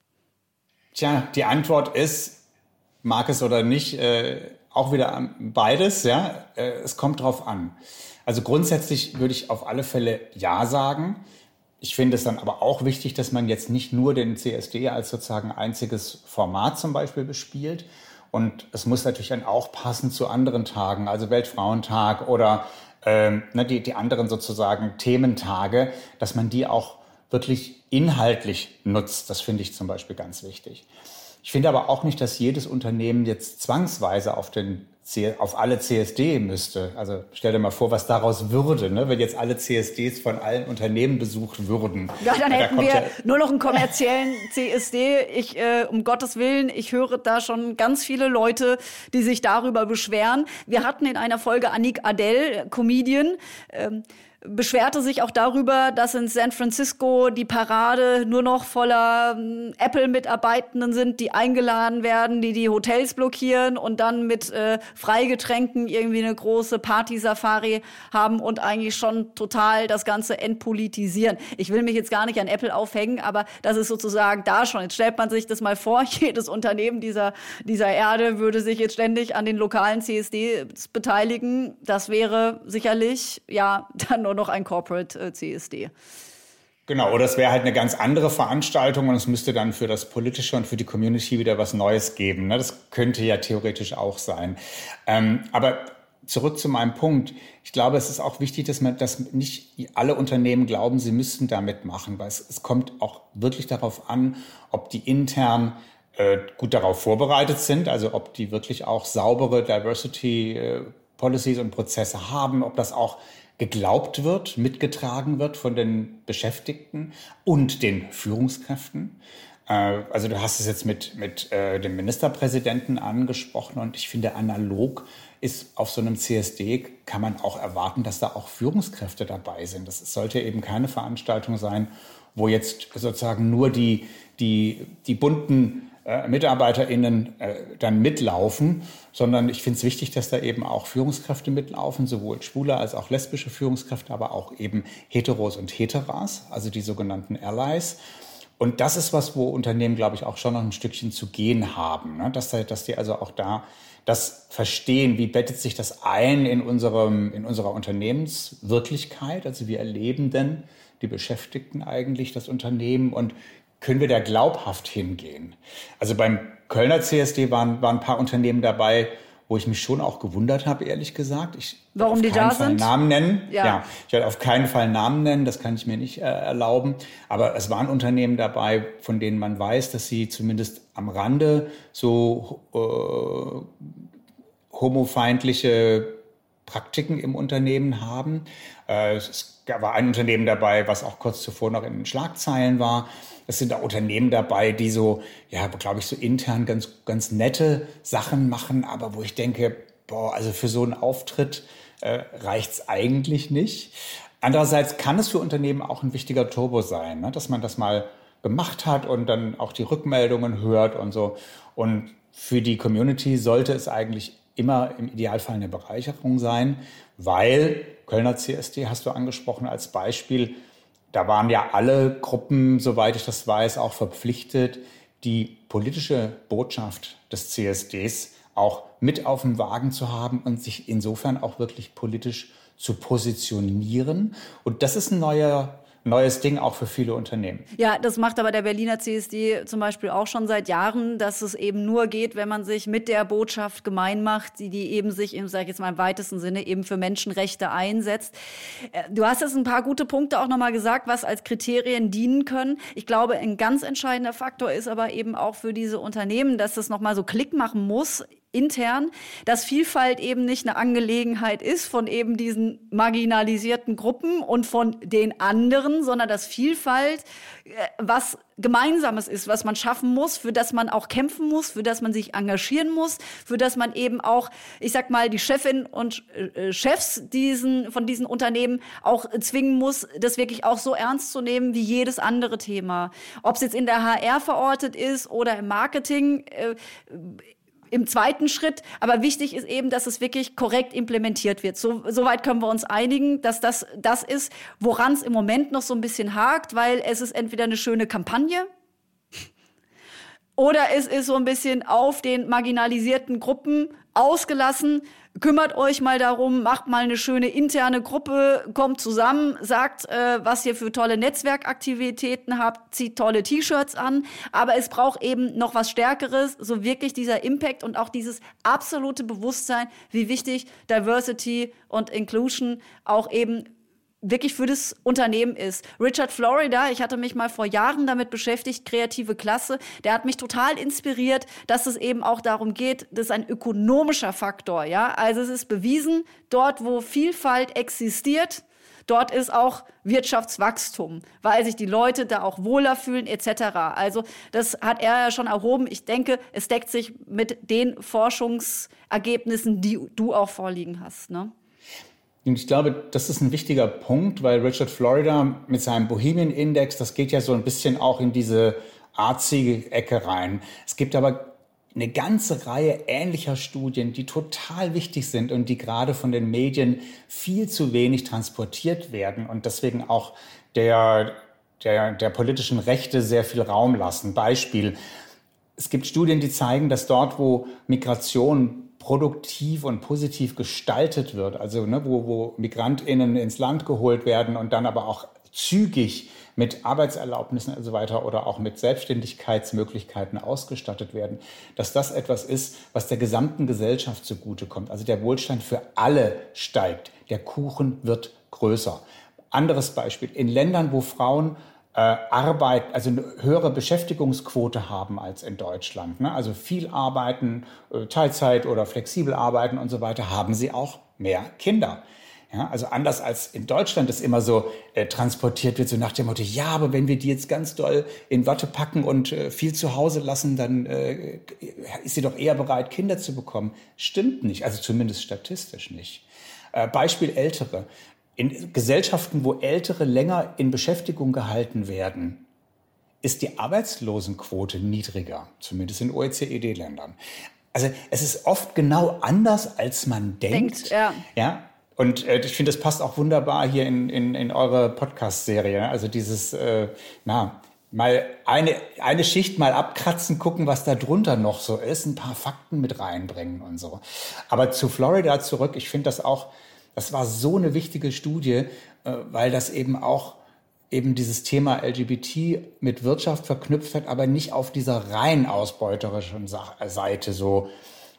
Tja, die Antwort ist, mag es oder nicht, äh, auch wieder beides, ja. Äh, es kommt drauf an. Also grundsätzlich würde ich auf alle Fälle Ja sagen. Ich finde es dann aber auch wichtig, dass man jetzt nicht nur den C S D als sozusagen einziges Format zum Beispiel bespielt. Und es muss natürlich dann auch passen zu anderen Tagen, also Weltfrauentag oder ähm, ne, die, die anderen sozusagen Thementage, dass man die auch wirklich inhaltlich nutzt. Das finde ich zum Beispiel ganz wichtig. Ich finde aber auch nicht, dass jedes Unternehmen jetzt zwangsweise auf, den C- auf alle C S D müsste. Also stell dir mal vor, was daraus würde, ne? Wenn jetzt alle C S Ds von allen Unternehmen besucht würden. Ja, dann ja, hätten da wir ja nur noch einen kommerziellen C S D. Ich, äh, um Gottes Willen, ich höre da schon ganz viele Leute, die sich darüber beschweren. Wir hatten in einer Folge Annick Adel, Comedian, ähm, beschwerte sich auch darüber, dass in San Francisco die Parade nur noch voller ähm, Apple-Mitarbeitenden sind, die eingeladen werden, die die Hotels blockieren und dann mit äh, Freigetränken irgendwie eine große Party-Safari haben und eigentlich schon total das Ganze entpolitisieren. Ich will mich jetzt gar nicht an Apple aufhängen, aber das ist sozusagen da schon. Jetzt stellt man sich das mal vor, jedes Unternehmen dieser, dieser Erde würde sich jetzt ständig an den lokalen C S Ds beteiligen. Das wäre sicherlich, ja, dann nur noch ein Corporate äh, C S D. Genau, oder es wäre halt eine ganz andere Veranstaltung und es müsste dann für das Politische und für die Community wieder was Neues geben. Ne? Das könnte ja theoretisch auch sein. Ähm, aber zurück zu meinem Punkt. Ich glaube, es ist auch wichtig, dass man, dass nicht alle Unternehmen glauben, sie müssten da mitmachen, weil es, es kommt auch wirklich darauf an, ob die intern äh, gut darauf vorbereitet sind, also ob die wirklich auch saubere Diversity äh, Policies und Prozesse haben, ob das auch geglaubt wird, mitgetragen wird von den Beschäftigten und den Führungskräften. Also du hast es jetzt mit, mit äh, dem Ministerpräsidenten angesprochen und ich finde, analog ist auf so einem C S D, kann man auch erwarten, dass da auch Führungskräfte dabei sind. Das sollte eben keine Veranstaltung sein, wo jetzt sozusagen nur die, die, die bunten äh, MitarbeiterInnen äh, dann mitlaufen, sondern ich finde es wichtig, dass da eben auch Führungskräfte mitlaufen, sowohl schwule als auch lesbische Führungskräfte, aber auch eben Heteros und Heteras, also die sogenannten Allies. Und das ist was, wo Unternehmen, glaube ich, auch schon noch ein Stückchen zu gehen haben, ne? dass, dass die also auch da das verstehen, wie bettet sich das ein in, unserem, in unserer Unternehmenswirklichkeit, also wie erleben denn die Beschäftigten eigentlich das Unternehmen und können wir da glaubhaft hingehen? Also beim Kölner C S D waren, waren ein paar Unternehmen dabei, wo ich mich schon auch gewundert habe, ehrlich gesagt. Ich Warum die da sind? Namen nennen. Ja. ja, ich werde auf keinen Fall Namen nennen, das kann ich mir nicht äh, erlauben. Aber es waren Unternehmen dabei, von denen man weiß, dass sie zumindest am Rande so äh, homofeindliche Praktiken im Unternehmen haben. Äh, es war ein Unternehmen dabei, was auch kurz zuvor noch in den Schlagzeilen war. Es sind auch Unternehmen dabei, die so, ja, glaube ich, so intern ganz, ganz nette Sachen machen, aber wo ich denke, boah, also für so einen Auftritt äh, reicht's eigentlich nicht. Andererseits kann es für Unternehmen auch ein wichtiger Turbo sein, ne? Dass man das mal gemacht hat und dann auch die Rückmeldungen hört und so. Und für die Community sollte es eigentlich immer im Idealfall eine Bereicherung sein, weil Kölner C S D hast du angesprochen als Beispiel. Da waren ja alle Gruppen, soweit ich das weiß, auch verpflichtet, die politische Botschaft des C S Ds auch mit auf dem Wagen zu haben und sich insofern auch wirklich politisch zu positionieren. Und das ist ein neuer neues Ding auch für viele Unternehmen. Ja, das macht aber der Berliner C S D zum Beispiel auch schon seit Jahren, dass es eben nur geht, wenn man sich mit der Botschaft gemein macht, die, die eben sich, im, sag ich jetzt mal im weitesten Sinne, eben für Menschenrechte einsetzt. Du hast jetzt ein paar gute Punkte auch nochmal gesagt, was als Kriterien dienen können. Ich glaube, ein ganz entscheidender Faktor ist aber eben auch für diese Unternehmen, dass das nochmal so Klick machen muss, intern, dass Vielfalt eben nicht eine Angelegenheit ist von eben diesen marginalisierten Gruppen und von den anderen, sondern dass Vielfalt äh, was Gemeinsames ist, was man schaffen muss, für das man auch kämpfen muss, für das man sich engagieren muss, für das man eben auch, ich sag mal, die Chefin und äh, Chefs diesen, von diesen Unternehmen auch zwingen muss, das wirklich auch so ernst zu nehmen wie jedes andere Thema. Ob es jetzt in der H R verortet ist oder im Marketing, äh, im zweiten Schritt, aber wichtig ist eben, dass es wirklich korrekt implementiert wird. So, soweit können wir uns einigen, dass das das ist, woran es im Moment noch so ein bisschen hakt, weil es ist entweder eine schöne Kampagne oder es ist so ein bisschen auf den marginalisierten Gruppen ausgelassen. Kümmert euch mal darum, macht mal eine schöne interne Gruppe, kommt zusammen, sagt, äh, was ihr für tolle Netzwerkaktivitäten habt, zieht tolle T-Shirts an. Aber es braucht eben noch was Stärkeres, so wirklich dieser Impact und auch dieses absolute Bewusstsein, wie wichtig Diversity und Inclusion auch eben wirklich für das Unternehmen ist. Richard Florida, ich hatte mich mal vor Jahren damit beschäftigt, kreative Klasse, der hat mich total inspiriert, dass es eben auch darum geht, das ist ein ökonomischer Faktor, ja. Also es ist bewiesen, dort, wo Vielfalt existiert, dort ist auch Wirtschaftswachstum, weil sich die Leute da auch wohler fühlen et cetera. Also das hat er ja schon erhoben. Ich denke, es deckt sich mit den Forschungsergebnissen, die du auch vorliegen hast, ne? Und ich glaube, das ist ein wichtiger Punkt, weil Richard Florida mit seinem Bohemian Index, das geht ja so ein bisschen auch in diese arzige Ecke rein. Es gibt aber eine ganze Reihe ähnlicher Studien, die total wichtig sind und die gerade von den Medien viel zu wenig transportiert werden und deswegen auch der, der, der politischen Rechte sehr viel Raum lassen. Beispiel: Es gibt Studien, die zeigen, dass dort, wo Migration produktiv und positiv gestaltet wird, also ne, wo, wo MigrantInnen ins Land geholt werden und dann aber auch zügig mit Arbeitserlaubnissen und so weiter oder auch mit Selbstständigkeitsmöglichkeiten ausgestattet werden, dass das etwas ist, was der gesamten Gesellschaft zugutekommt. Also der Wohlstand für alle steigt, der Kuchen wird größer. Anderes Beispiel: In Ländern, wo Frauen Äh, Arbeit, also eine höhere Beschäftigungsquote haben als in Deutschland, ne? Also viel arbeiten, äh, Teilzeit oder flexibel arbeiten und so weiter, haben sie auch mehr Kinder. Ja, also anders als in Deutschland das immer so äh, transportiert wird, so nach dem Motto, ja, aber wenn wir die jetzt ganz doll in Watte packen und äh, viel zu Hause lassen, dann äh, ist sie doch eher bereit, Kinder zu bekommen. Stimmt nicht, also zumindest statistisch nicht. Äh, Beispiel Ältere. In Gesellschaften, wo Ältere länger in Beschäftigung gehalten werden, ist die Arbeitslosenquote niedriger, zumindest in O E C D-Ländern. Also es ist oft genau anders, als man denkt. denkt ja. Ja? Und äh, ich finde, das passt auch wunderbar hier in, in, in eure Podcast-Serie. Also dieses, äh, na, mal eine, eine Schicht mal abkratzen, gucken, was da drunter noch so ist, ein paar Fakten mit reinbringen und so. Aber zu Florida zurück, ich finde das auch, das war so eine wichtige Studie, weil das eben auch eben dieses Thema L G B T mit Wirtschaft verknüpft hat, aber nicht auf dieser rein ausbeuterischen Seite so,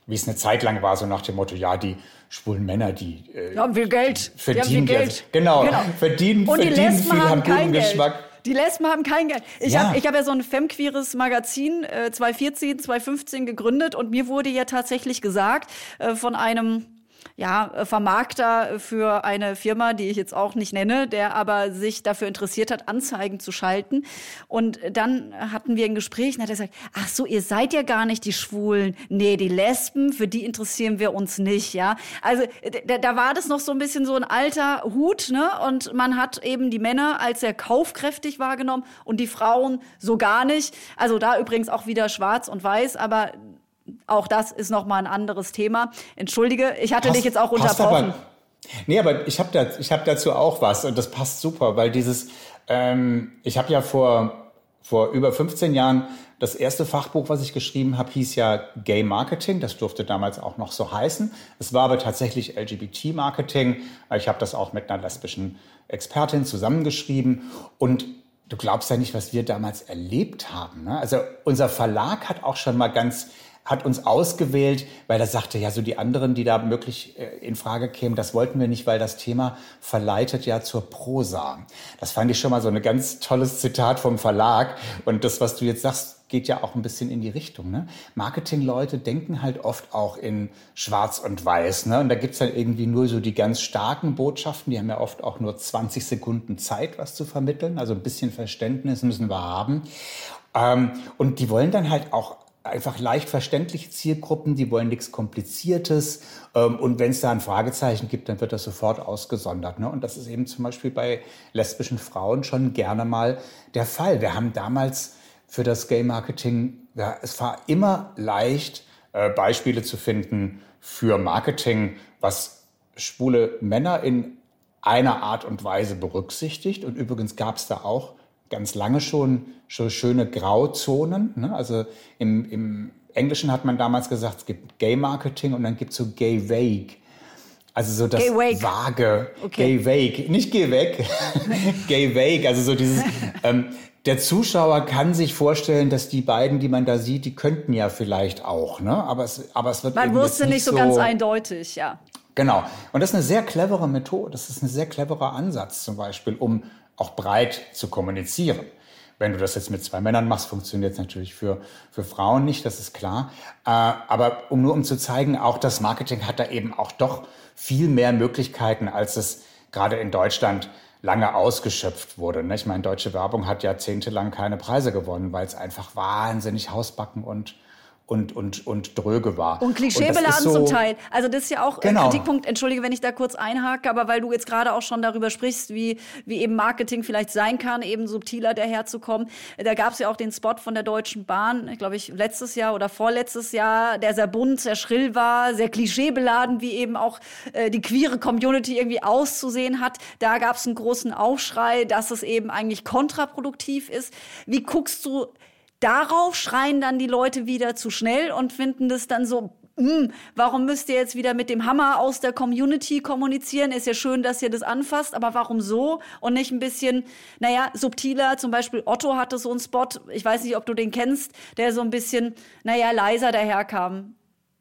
wie es eine Zeit lang war, so nach dem Motto, ja, die schwulen Männer, die, äh, die haben viel Geld. verdienen die haben viel Geld. Genau, genau. verdienen, und die verdienen Lesben viel, haben haben kein guten Geld. Geschmack. Die Lesben haben kein Geld. Ich Ja. habe ich hab ja so ein femqueeres Magazin äh, zwanzig vierzehn, zwanzig fünfzehn gegründet und mir wurde ja tatsächlich gesagt äh, von einem ja, Vermarkter für eine Firma, die ich jetzt auch nicht nenne, der aber sich dafür interessiert hat, Anzeigen zu schalten. Und dann hatten wir ein Gespräch und hat er gesagt, ach so, ihr seid ja gar nicht die Schwulen. Nee, die Lesben, für die interessieren wir uns nicht, ja. Also da, da war das noch so ein bisschen so ein alter Hut, ne? Und man hat eben die Männer als sehr kaufkräftig wahrgenommen und die Frauen so gar nicht. Also da übrigens auch wieder schwarz und weiß, aber auch das ist noch mal ein anderes Thema. Entschuldige, ich hatte Passt, dich jetzt auch unterbrochen. Aber, nee, aber ich habe da, ich hab dazu auch was und das passt super, weil dieses, ähm, ich habe ja vor, vor über fünfzehn Jahren das erste Fachbuch, was ich geschrieben habe, hieß ja Gay Marketing. Das durfte damals auch noch so heißen. Es war aber tatsächlich L G B T-Marketing. Ich habe das auch mit einer lesbischen Expertin zusammengeschrieben und du glaubst ja nicht, was wir damals erlebt haben, ne? Also unser Verlag hat auch schon mal ganz hat uns ausgewählt, weil er sagte, ja, so die anderen, die da möglich in Frage kämen, das wollten wir nicht, weil das Thema verleitet ja zur Prosa. Das fand ich schon mal so ein ganz tolles Zitat vom Verlag. Und das, was du jetzt sagst, geht ja auch ein bisschen in die Richtung, ne? Marketingleute denken halt oft auch in Schwarz und Weiß, ne? Und da gibt's dann irgendwie nur so die ganz starken Botschaften. Die haben ja oft auch nur zwanzig Sekunden Zeit, was zu vermitteln. Also ein bisschen Verständnis müssen wir haben. Ähm, und die wollen dann halt auch einfach leicht verständliche Zielgruppen, die wollen nichts Kompliziertes. Ähm, und wenn es da ein Fragezeichen gibt, dann wird das sofort ausgesondert, ne? Und das ist eben zum Beispiel bei lesbischen Frauen schon gerne mal der Fall. Wir haben damals für das Gay-Marketing, ja, es war immer leicht, äh, Beispiele zu finden für Marketing, was schwule Männer in einer Art und Weise berücksichtigt. Und übrigens gab es da auch ganz lange schon, schon schöne Grauzonen, ne? Also im, im Englischen hat man damals gesagt, es gibt Gay-Marketing und dann gibt es so Gay-Vague. Also so das vage, okay. Gay-Vague, nicht geh weg, Gay-Vague, also so dieses, ähm, der Zuschauer kann sich vorstellen, dass die beiden, die man da sieht, die könnten ja vielleicht auch, ne? Aber es, aber es wird man eben wusste nicht nicht so, so ganz eindeutig, ja. Genau. Und das ist eine sehr clevere Methode, das ist ein sehr cleverer Ansatz zum Beispiel, um auch breit zu kommunizieren. Wenn du das jetzt mit zwei Männern machst, funktioniert es natürlich für, für Frauen nicht, das ist klar. Äh, aber um nur um zu zeigen, auch das Marketing hat da eben auch doch viel mehr Möglichkeiten, als es gerade in Deutschland lange ausgeschöpft wurde. Ich meine, deutsche Werbung hat jahrzehntelang keine Preise gewonnen, weil es einfach wahnsinnig hausbacken und Und, und, und dröge war. Und klischeebeladen so, zum Teil. Also das ist ja auch genau. ein Kritikpunkt, entschuldige, wenn ich da kurz einhake, aber weil du jetzt gerade auch schon darüber sprichst, wie, wie eben Marketing vielleicht sein kann, eben subtiler daherzukommen. Da gab es ja auch den Spot von der Deutschen Bahn, ich glaube ich letztes Jahr oder vorletztes Jahr, der sehr bunt, sehr schrill war, sehr klischeebeladen, wie eben auch äh, die queere Community irgendwie auszusehen hat. Da gab es einen großen Aufschrei, dass es eben eigentlich kontraproduktiv ist. Wie guckst du darauf? Schreien dann die Leute wieder zu schnell und finden das dann so, mh, warum müsst ihr jetzt wieder mit dem Hammer aus der Community kommunizieren? Ist ja schön, dass ihr das anfasst, aber warum so und nicht ein bisschen, naja, subtiler? Zum Beispiel Otto hatte so einen Spot, ich weiß nicht, ob du den kennst, der so ein bisschen, naja, leiser daherkam.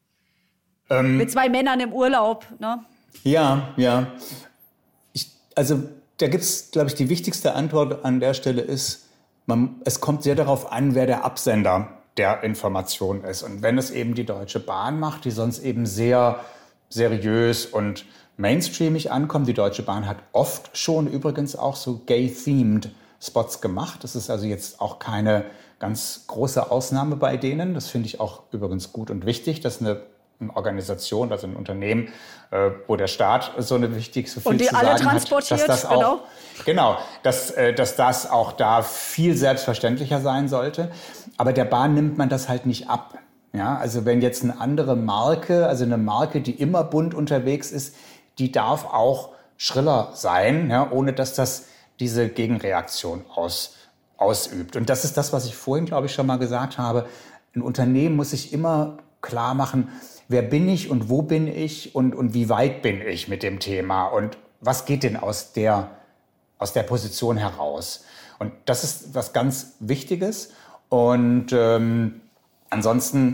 Ähm, mit zwei Männern im Urlaub, ne? Ja, ja. Ich, also da gibt's, glaube ich, die wichtigste Antwort an der Stelle ist, Man, es kommt sehr darauf an, wer der Absender der Information ist. Und wenn es eben die Deutsche Bahn macht, die sonst eben sehr seriös und mainstreamig ankommt, die Deutsche Bahn hat oft schon übrigens auch so gay-themed Spots gemacht. Das ist also jetzt auch keine ganz große Ausnahme bei denen. Das finde ich auch übrigens gut und wichtig, dass eine eine Organisation, also ein Unternehmen, äh, wo der Staat so eine wichtig so viel und die zu alle sagen transportiert, hat, dass das genau. auch, genau, dass, äh, dass das auch da viel selbstverständlicher sein sollte. Aber der Bahn nimmt man das halt nicht ab. Ja, also wenn jetzt eine andere Marke, also eine Marke, die immer bunt unterwegs ist, die darf auch schriller sein, ja, ohne dass das diese Gegenreaktion aus, ausübt. Und das ist das, was ich vorhin, glaube ich, schon mal gesagt habe. Ein Unternehmen muss sich immer klar machen, wer bin ich und wo bin ich und, und wie weit bin ich mit dem Thema und was geht denn aus der, aus der Position heraus. Und das ist was ganz Wichtiges. Und ähm, ansonsten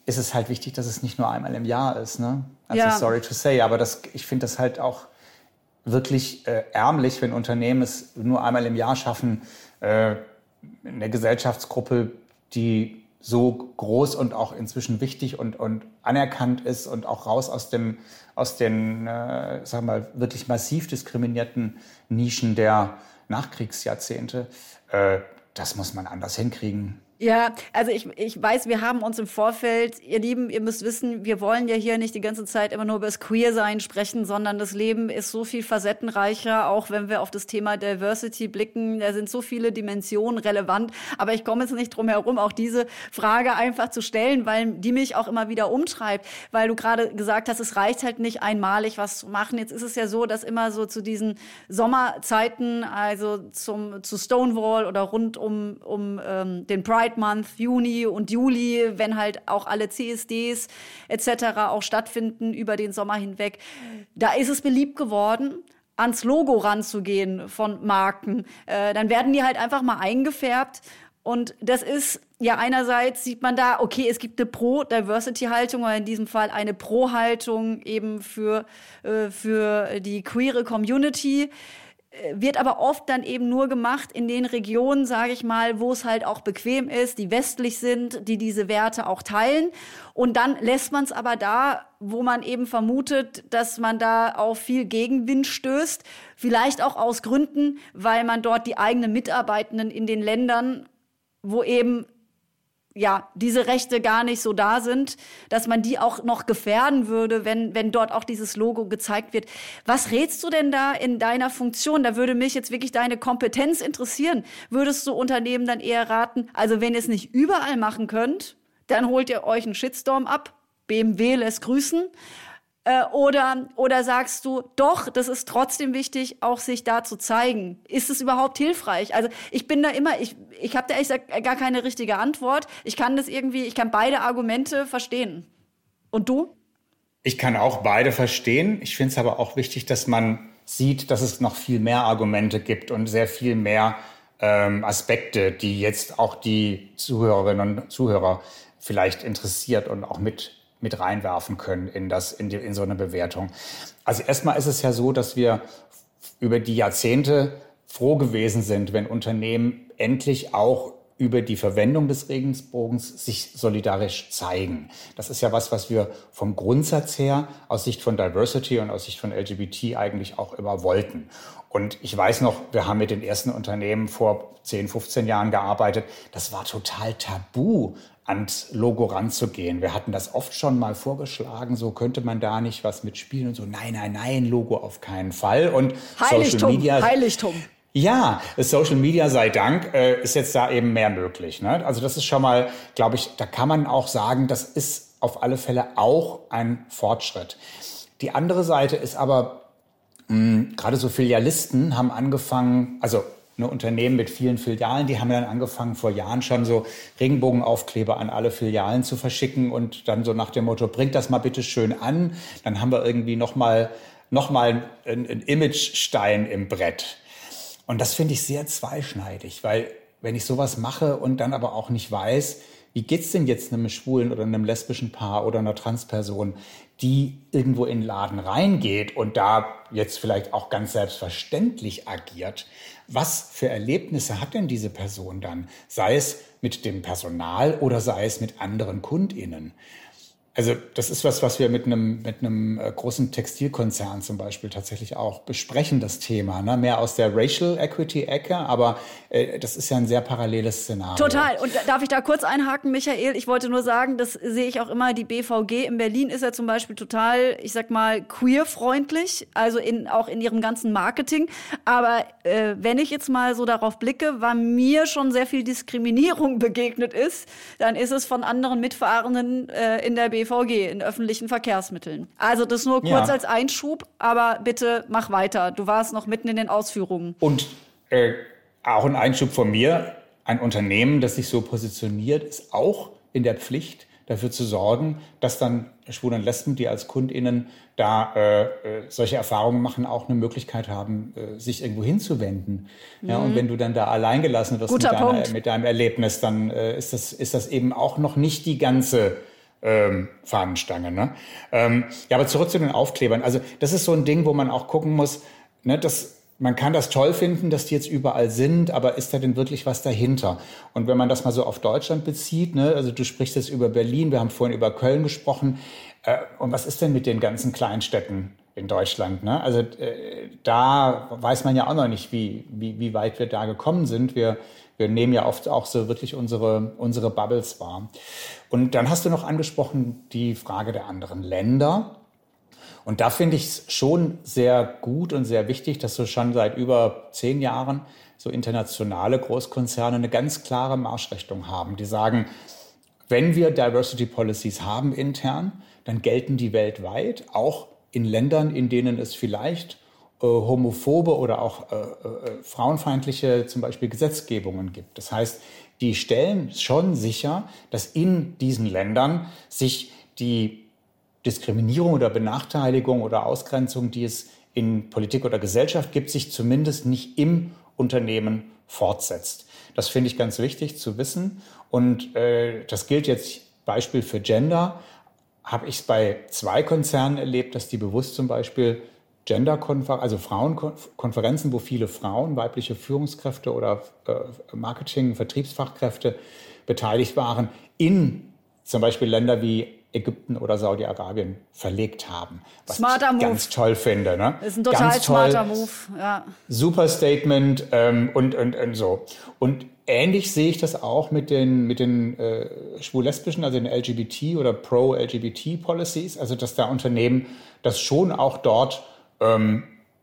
ist es halt wichtig, dass es nicht nur einmal im Jahr ist. Ne? Also ja. sorry to say, aber das, ich finde das halt auch wirklich äh, ärmlich, wenn Unternehmen es nur einmal im Jahr schaffen, äh, eine Gesellschaftsgruppe, die so groß und auch inzwischen wichtig und, und anerkannt ist und auch raus aus, dem, aus den, äh, sagen wir mal, wirklich massiv diskriminierten Nischen der Nachkriegsjahrzehnte. Äh, das muss man anders hinkriegen. Ja, also ich, ich weiß, wir haben uns im Vorfeld, ihr Lieben, ihr müsst wissen, wir wollen ja hier nicht die ganze Zeit immer nur über das Queer-Sein sprechen, sondern das Leben ist so viel facettenreicher, auch wenn wir auf das Thema Diversity blicken. Da sind so viele Dimensionen relevant. Aber ich komme jetzt nicht drum herum, auch diese Frage einfach zu stellen, weil die mich auch immer wieder umtreibt. Weil du gerade gesagt hast, es reicht halt nicht einmalig was zu machen. Jetzt ist es ja so, dass immer so zu diesen Sommerzeiten, also zum, zu Stonewall oder rund um, um ähm, den Pride Month, Juni und Juli, wenn halt auch alle C S Ds et cetera auch stattfinden über den Sommer hinweg. Da ist es beliebt geworden, ans Logo ranzugehen von Marken. Äh, dann werden die halt einfach mal eingefärbt. Und das ist ja einerseits, sieht man da, okay, es gibt eine Pro-Diversity-Haltung oder in diesem Fall eine Pro-Haltung eben für, äh, für die queere Community. Wird aber oft dann eben nur gemacht in den Regionen, sage ich mal, wo es halt auch bequem ist, die westlich sind, die diese Werte auch teilen. Und dann lässt man es aber da, wo man eben vermutet, dass man da auf viel Gegenwind stößt. Vielleicht auch aus Gründen, weil man dort die eigenen Mitarbeitenden in den Ländern, wo eben ja, diese Rechte gar nicht so da sind, dass man die auch noch gefährden würde, wenn, wenn dort auch dieses Logo gezeigt wird. Was rätst du denn da in deiner Funktion? Da würde mich jetzt wirklich deine Kompetenz interessieren. Würdest du Unternehmen dann eher raten, also wenn ihr es nicht überall machen könnt, dann holt ihr euch einen Shitstorm ab, B M W lässt grüßen, äh, oder, oder sagst du, doch, das ist trotzdem wichtig, auch sich da zu zeigen. Ist es überhaupt hilfreich? Also ich bin da immer, ich, ich habe da echt gar keine richtige Antwort. Ich kann das irgendwie, ich kann beide Argumente verstehen. Und du? Ich kann auch beide verstehen. Ich finde es aber auch wichtig, dass man sieht, dass es noch viel mehr Argumente gibt und sehr viel mehr ähm, Aspekte, die jetzt auch die Zuhörerinnen und Zuhörer vielleicht interessiert und auch mit mit reinwerfen können in das, in die, in so eine Bewertung. Also erstmal ist es ja so, dass wir über die Jahrzehnte froh gewesen sind, wenn Unternehmen endlich auch über die Verwendung des Regenbogens sich solidarisch zeigen. Das ist ja was, was wir vom Grundsatz her aus Sicht von Diversity und aus Sicht von L G B T eigentlich auch immer wollten. Und ich weiß noch, wir haben mit den ersten Unternehmen vor zehn, fünfzehn Jahren gearbeitet. Das war total tabu, ans Logo ranzugehen. Wir hatten das oft schon mal vorgeschlagen, so könnte man da nicht was mitspielen und so. Nein, nein, nein, Logo auf keinen Fall. Und Heiligtum, Social Media, Heiligtum. Ja, Social Media sei Dank äh, ist jetzt da eben mehr möglich. Ne? Also das ist schon mal, glaube ich, da kann man auch sagen, das ist auf alle Fälle auch ein Fortschritt. Die andere Seite ist aber, mh, gerade so Filialisten haben angefangen, also eine Unternehmen mit vielen Filialen, die haben dann angefangen vor Jahren schon so Regenbogenaufkleber an alle Filialen zu verschicken und dann so nach dem Motto, bringt das mal bitte schön an, dann haben wir irgendwie nochmal noch mal einen, einen Imagestein im Brett. Und das finde ich sehr zweischneidig, weil wenn ich sowas mache und dann aber auch nicht weiß, wie geht's denn jetzt einem schwulen oder einem lesbischen Paar oder einer Transperson, die irgendwo in den Laden reingeht und da jetzt vielleicht auch ganz selbstverständlich agiert, was für Erlebnisse hat denn diese Person dann? Sei es mit dem Personal oder sei es mit anderen KundInnen? Also das ist was, was wir mit einem, mit einem großen Textilkonzern zum Beispiel tatsächlich auch besprechen, das Thema. Ne? Mehr aus der Racial Equity-Ecke, aber äh, das ist ja ein sehr paralleles Szenario. Total. Und darf ich da kurz einhaken, Michael? Ich wollte nur sagen, das sehe ich auch immer, die B V G in Berlin ist ja zum Beispiel total, ich sag mal, queer-freundlich, also in, auch in ihrem ganzen Marketing. Aber äh, wenn ich jetzt mal so darauf blicke, wann mir schon sehr viel Diskriminierung begegnet ist, dann ist es von anderen Mitfahrenden äh, in der B V G, in öffentlichen Verkehrsmitteln. Also das nur kurz ja. als Einschub, aber bitte mach weiter. Du warst noch mitten in den Ausführungen. Und äh, auch ein Einschub von mir, ein Unternehmen, das sich so positioniert, ist auch in der Pflicht, dafür zu sorgen, dass dann Schwule und Lesben, die als KundInnen da äh, äh, solche Erfahrungen machen, auch eine Möglichkeit haben, äh, sich irgendwo hinzuwenden. Mhm. Ja, und wenn du dann da allein gelassen wirst mit, deiner, mit deinem Erlebnis, dann äh, ist das, ist das eben auch noch nicht die ganze ähm, Fahnenstange. Ne? Ähm, ja, aber zurück zu den Aufklebern. Also das ist so ein Ding, wo man auch gucken muss, ne, dass man kann das toll finden, dass die jetzt überall sind, aber ist da denn wirklich was dahinter? Und wenn man das mal so auf Deutschland bezieht, ne, also du sprichst jetzt über Berlin, wir haben vorhin über Köln gesprochen, äh, und was ist denn mit den ganzen Kleinstädten in Deutschland? Ne? Also äh, da weiß man ja auch noch nicht, wie, wie, wie weit wir da gekommen sind. Wir, wir nehmen ja oft auch so wirklich unsere, unsere Bubbles wahr. Und dann hast du noch angesprochen die Frage der anderen Länder. Und da finde ich es schon sehr gut und sehr wichtig, dass so schon seit über zehn Jahren so internationale Großkonzerne eine ganz klare Marschrichtung haben. Die sagen, wenn wir Diversity Policies haben intern, dann gelten die weltweit, auch in Ländern, in denen es vielleicht äh, homophobe oder auch äh, äh, frauenfeindliche zum Beispiel Gesetzgebungen gibt. Das heißt, die stellen schon sicher, dass in diesen Ländern sich die Diskriminierung oder Benachteiligung oder Ausgrenzung, die es in Politik oder Gesellschaft gibt, sich zumindest nicht im Unternehmen fortsetzt. Das finde ich ganz wichtig zu wissen. Und äh, das gilt jetzt Beispiel für Gender. Habe ich es bei zwei Konzernen erlebt, dass die bewusst zum Beispiel Gender-Konferenzen, also Frauenkonferenzen, wo viele Frauen, weibliche Führungskräfte oder äh, Marketing-, Vertriebsfachkräfte beteiligt waren, in zum Beispiel Länder wie Ägypten oder Saudi-Arabien verlegt haben. Was smarter ich Move. Ganz toll finde. Ne? Das ist ein total ganz toll, smarter Move. Ja. Super Statement ähm, und, und, und so. Und ähnlich sehe ich das auch mit den, mit den äh, schwul-lesbischen, also den L G B T oder Pro-L G B T-Policies, also dass da Unternehmen das schon auch dort ähm,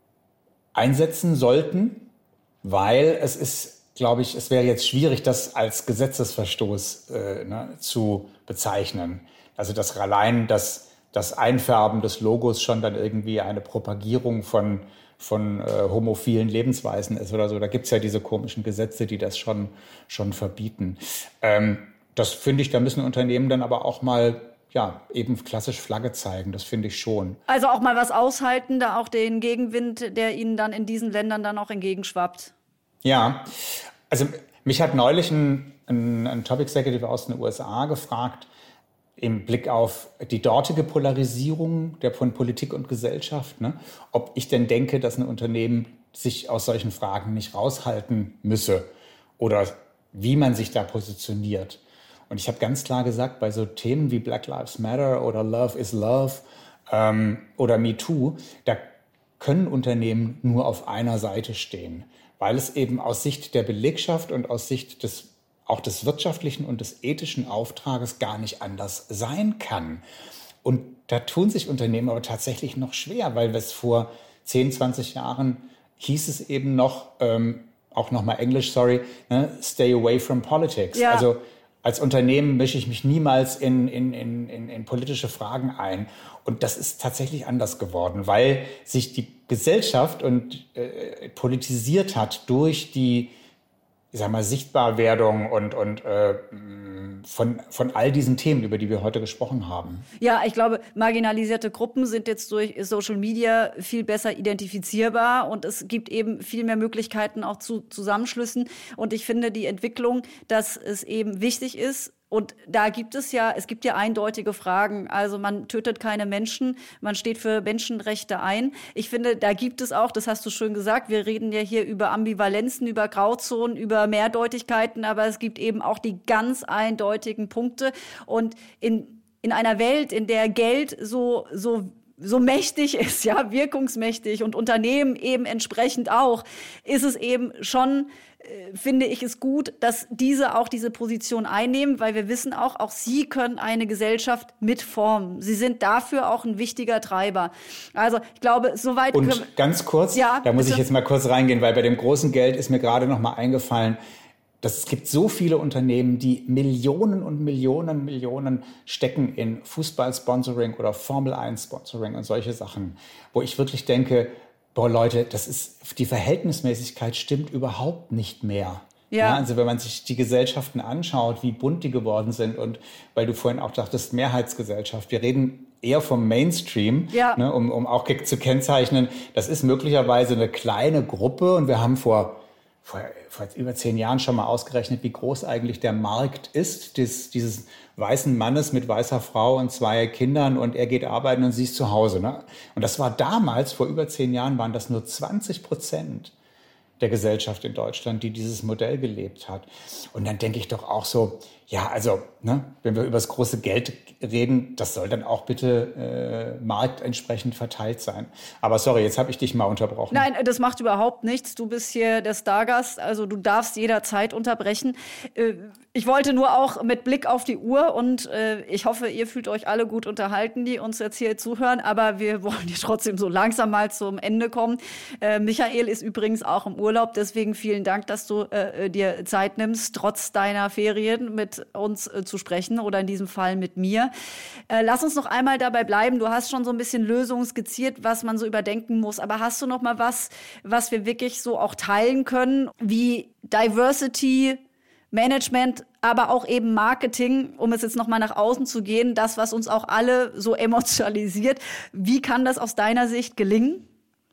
einsetzen sollten, weil es ist, glaube ich, es wäre jetzt schwierig, das als Gesetzesverstoß äh, ne, zu bezeichnen. Also dass allein das, das Einfärben des Logos schon dann irgendwie eine Propagierung von, von äh, homophilen Lebensweisen ist oder so. Da gibt's ja diese komischen Gesetze, die das schon, schon verbieten. Ähm, das finde ich, da müssen Unternehmen dann aber auch mal ja, eben klassisch Flagge zeigen. Das finde ich schon. Also auch mal was aushalten, da auch den Gegenwind, der ihnen dann in diesen Ländern dann auch entgegenschwappt. Ja, also mich hat neulich ein, ein, ein Top-Executive aus den U S A gefragt, im Blick auf die dortige Polarisierung der von Politik und Gesellschaft, ne, ob ich denn denke, dass ein Unternehmen sich aus solchen Fragen nicht raushalten müsse oder wie man sich da positioniert. Und ich habe ganz klar gesagt, bei so Themen wie Black Lives Matter oder Love is Love ähm, oder MeToo, da können Unternehmen nur auf einer Seite stehen, weil es eben aus Sicht der Belegschaft und aus Sicht des auch des wirtschaftlichen und des ethischen Auftrages gar nicht anders sein kann. Und da tun sich Unternehmen aber tatsächlich noch schwer, weil es vor zehn, zwanzig Jahren hieß es eben noch, ähm, auch nochmal Englisch, sorry, ne, stay away from politics. Ja. Also als Unternehmen mische ich mich niemals in, in, in, in, in politische Fragen ein. Und das ist tatsächlich anders geworden, weil sich die Gesellschaft und äh, politisiert hat durch die, ich sag mal, Sichtbarwerdung und, und äh, von, von all diesen Themen, über die wir heute gesprochen haben. Ja, ich glaube, marginalisierte Gruppen sind jetzt durch Social Media viel besser identifizierbar und es gibt eben viel mehr Möglichkeiten auch zu Zusammenschlüssen. Und ich finde die Entwicklung, dass es eben wichtig ist, und da gibt es ja, es gibt ja eindeutige Fragen. Also man tötet keine Menschen, man steht für Menschenrechte ein. Ich finde, da gibt es auch, das hast du schön gesagt, wir reden ja hier über Ambivalenzen, über Grauzonen, über Mehrdeutigkeiten, aber es gibt eben auch die ganz eindeutigen Punkte. Und in, in einer Welt, in der Geld so, so so mächtig ist, ja, wirkungsmächtig und Unternehmen eben entsprechend auch, ist es eben schon, äh, finde ich es gut, dass diese auch diese Position einnehmen, weil wir wissen auch, auch sie können eine Gesellschaft mitformen. Sie sind dafür auch ein wichtiger Treiber. Also ich glaube, soweit... Und können, ganz kurz, ja, da muss bitte. ich jetzt mal kurz reingehen, weil bei dem großen Geld ist mir gerade noch mal eingefallen, dass es gibt so viele Unternehmen, die Millionen und Millionen, Millionen stecken in Fußball-Sponsoring oder Formel eins Sponsoring und solche Sachen, wo ich wirklich denke, boah Leute, das ist, die Verhältnismäßigkeit stimmt überhaupt nicht mehr. Ja. Ja, also wenn man sich die Gesellschaften anschaut, wie bunt die geworden sind und weil du vorhin auch dachtest, Mehrheitsgesellschaft, wir reden eher vom Mainstream, ja. ne, um, um auch zu kennzeichnen, das ist möglicherweise eine kleine Gruppe und wir haben vor vor, vor über zehn Jahren schon mal ausgerechnet, wie groß eigentlich der Markt ist, des, dieses weißen Mannes mit weißer Frau und zwei Kindern und er geht arbeiten und sie ist zu Hause. Ne? Und das war damals, vor über zehn Jahren, waren das nur zwanzig Prozent der Gesellschaft in Deutschland, die dieses Modell gelebt hat. Und dann denke ich doch auch so, ja, also, ne, wenn wir über das große Geld reden, das soll dann auch bitte äh, marktentsprechend verteilt sein. Aber sorry, jetzt habe ich dich mal unterbrochen. Nein, das macht überhaupt nichts. Du bist hier der Stargast, also du darfst jederzeit unterbrechen. Äh, ich wollte nur auch mit Blick auf die Uhr und äh, ich hoffe, ihr fühlt euch alle gut unterhalten, die uns jetzt hier zuhören, aber wir wollen hier trotzdem so langsam mal zum Ende kommen. Äh, Michael ist übrigens auch im Urlaub, deswegen vielen Dank, dass du äh, dir Zeit nimmst, trotz deiner Ferien mit uns äh, zu sprechen oder in diesem Fall mit mir. Äh, lass uns noch einmal dabei bleiben. Du hast schon so ein bisschen Lösungen skizziert, was man so überdenken muss. Aber hast du noch mal was, was wir wirklich so auch teilen können, wie Diversity, Management, aber auch eben Marketing, um es jetzt noch mal nach außen zu gehen, das, was uns auch alle so emotionalisiert. Wie kann das aus deiner Sicht gelingen?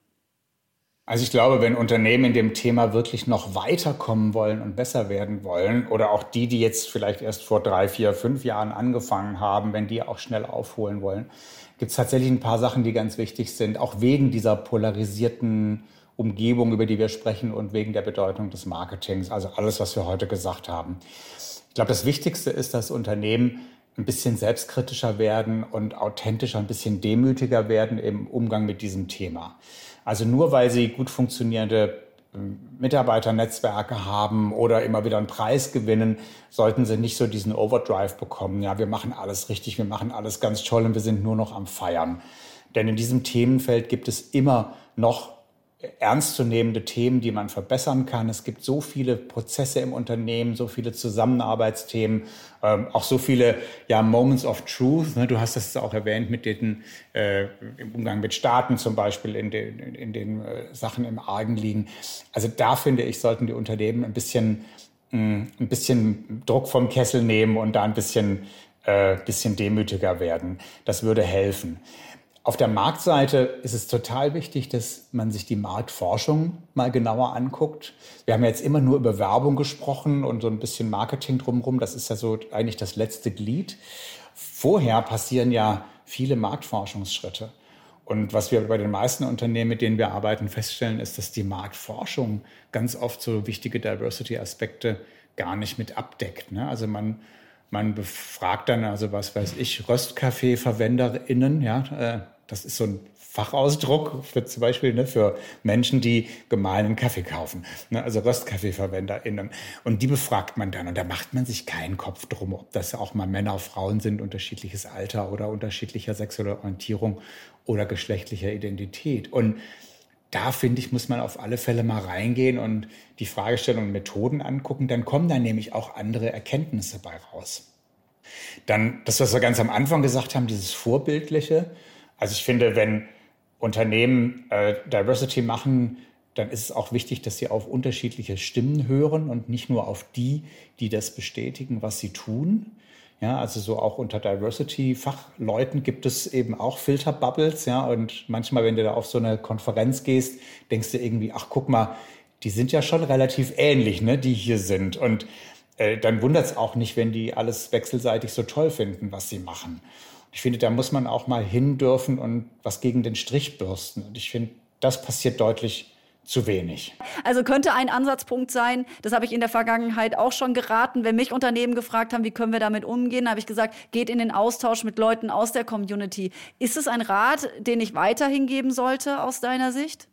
Also ich glaube, wenn Unternehmen in dem Thema wirklich noch weiterkommen wollen und besser werden wollen oder auch die, die jetzt vielleicht erst vor drei, vier, fünf Jahren angefangen haben, wenn die auch schnell aufholen wollen, gibt es tatsächlich ein paar Sachen, die ganz wichtig sind, auch wegen dieser polarisierten Umgebung, über die wir sprechen und wegen der Bedeutung des Marketings, also alles, was wir heute gesagt haben. Ich glaube, das Wichtigste ist, dass Unternehmen ein bisschen selbstkritischer werden und authentischer, ein bisschen demütiger werden im Umgang mit diesem Thema. Also nur weil sie gut funktionierende Mitarbeiternetzwerke haben oder immer wieder einen Preis gewinnen, sollten sie nicht so diesen Overdrive bekommen. Ja, wir machen alles richtig, wir machen alles ganz toll und wir sind nur noch am Feiern. Denn in diesem Themenfeld gibt es immer noch ernstzunehmende Themen, die man verbessern kann. Es gibt so viele Prozesse im Unternehmen, so viele Zusammenarbeitsthemen, ähm, auch so viele ja, Moments of Truth. Ne? Du hast das auch erwähnt mit den, äh, im Umgang mit Staaten zum Beispiel, in den, in den äh, Sachen im Argen liegen. Also da finde ich, sollten die Unternehmen ein bisschen, mh, ein bisschen Druck vom Kessel nehmen und da ein bisschen, äh, bisschen demütiger werden. Das würde helfen. Auf der Marktseite ist es total wichtig, dass man sich die Marktforschung mal genauer anguckt. Wir haben ja jetzt immer nur über Werbung gesprochen und so ein bisschen Marketing drumherum. Das ist ja so eigentlich das letzte Glied. Vorher passieren ja viele Marktforschungsschritte. Und was wir bei den meisten Unternehmen, mit denen wir arbeiten, feststellen, ist, dass die Marktforschung ganz oft so wichtige Diversity-Aspekte gar nicht mit abdeckt. Ne? Also man Man befragt dann, also was weiß ich, Röstkaffee-VerwenderInnen, ja, äh, das ist so ein Fachausdruck für zum Beispiel ne, für Menschen, die gemahlenen Kaffee kaufen, ne, also Röstkaffee-VerwenderInnen. Und die befragt man dann und da macht man sich keinen Kopf drum, ob das auch mal Männer, Frauen sind, unterschiedliches Alter oder unterschiedlicher sexueller Orientierung oder geschlechtlicher Identität. Und da, finde ich, muss man auf alle Fälle mal reingehen und die Fragestellungen und Methoden angucken. Dann kommen da nämlich auch andere Erkenntnisse bei raus. Dann das, was wir ganz am Anfang gesagt haben, dieses Vorbildliche. Also ich finde, wenn Unternehmen äh, Diversity machen, dann ist es auch wichtig, dass sie auf unterschiedliche Stimmen hören und nicht nur auf die, die das bestätigen, was sie tun. Ja, also so auch unter Diversity-Fachleuten gibt es eben auch Filterbubbles, ja, und manchmal, wenn du da auf so eine Konferenz gehst, denkst du irgendwie, ach, guck mal, die sind ja schon relativ ähnlich, ne, die hier sind. Und äh, dann wundert es auch nicht, wenn die alles wechselseitig so toll finden, was sie machen. Ich finde, da muss man auch mal hin dürfen und was gegen den Strich bürsten. Und ich finde, das passiert deutlich zu wenig. Also könnte ein Ansatzpunkt sein, das habe ich in der Vergangenheit auch schon geraten, wenn mich Unternehmen gefragt haben, wie können wir damit umgehen, habe ich gesagt, geht in den Austausch mit Leuten aus der Community. Ist es ein Rat, den ich weiterhin geben sollte aus deiner Sicht?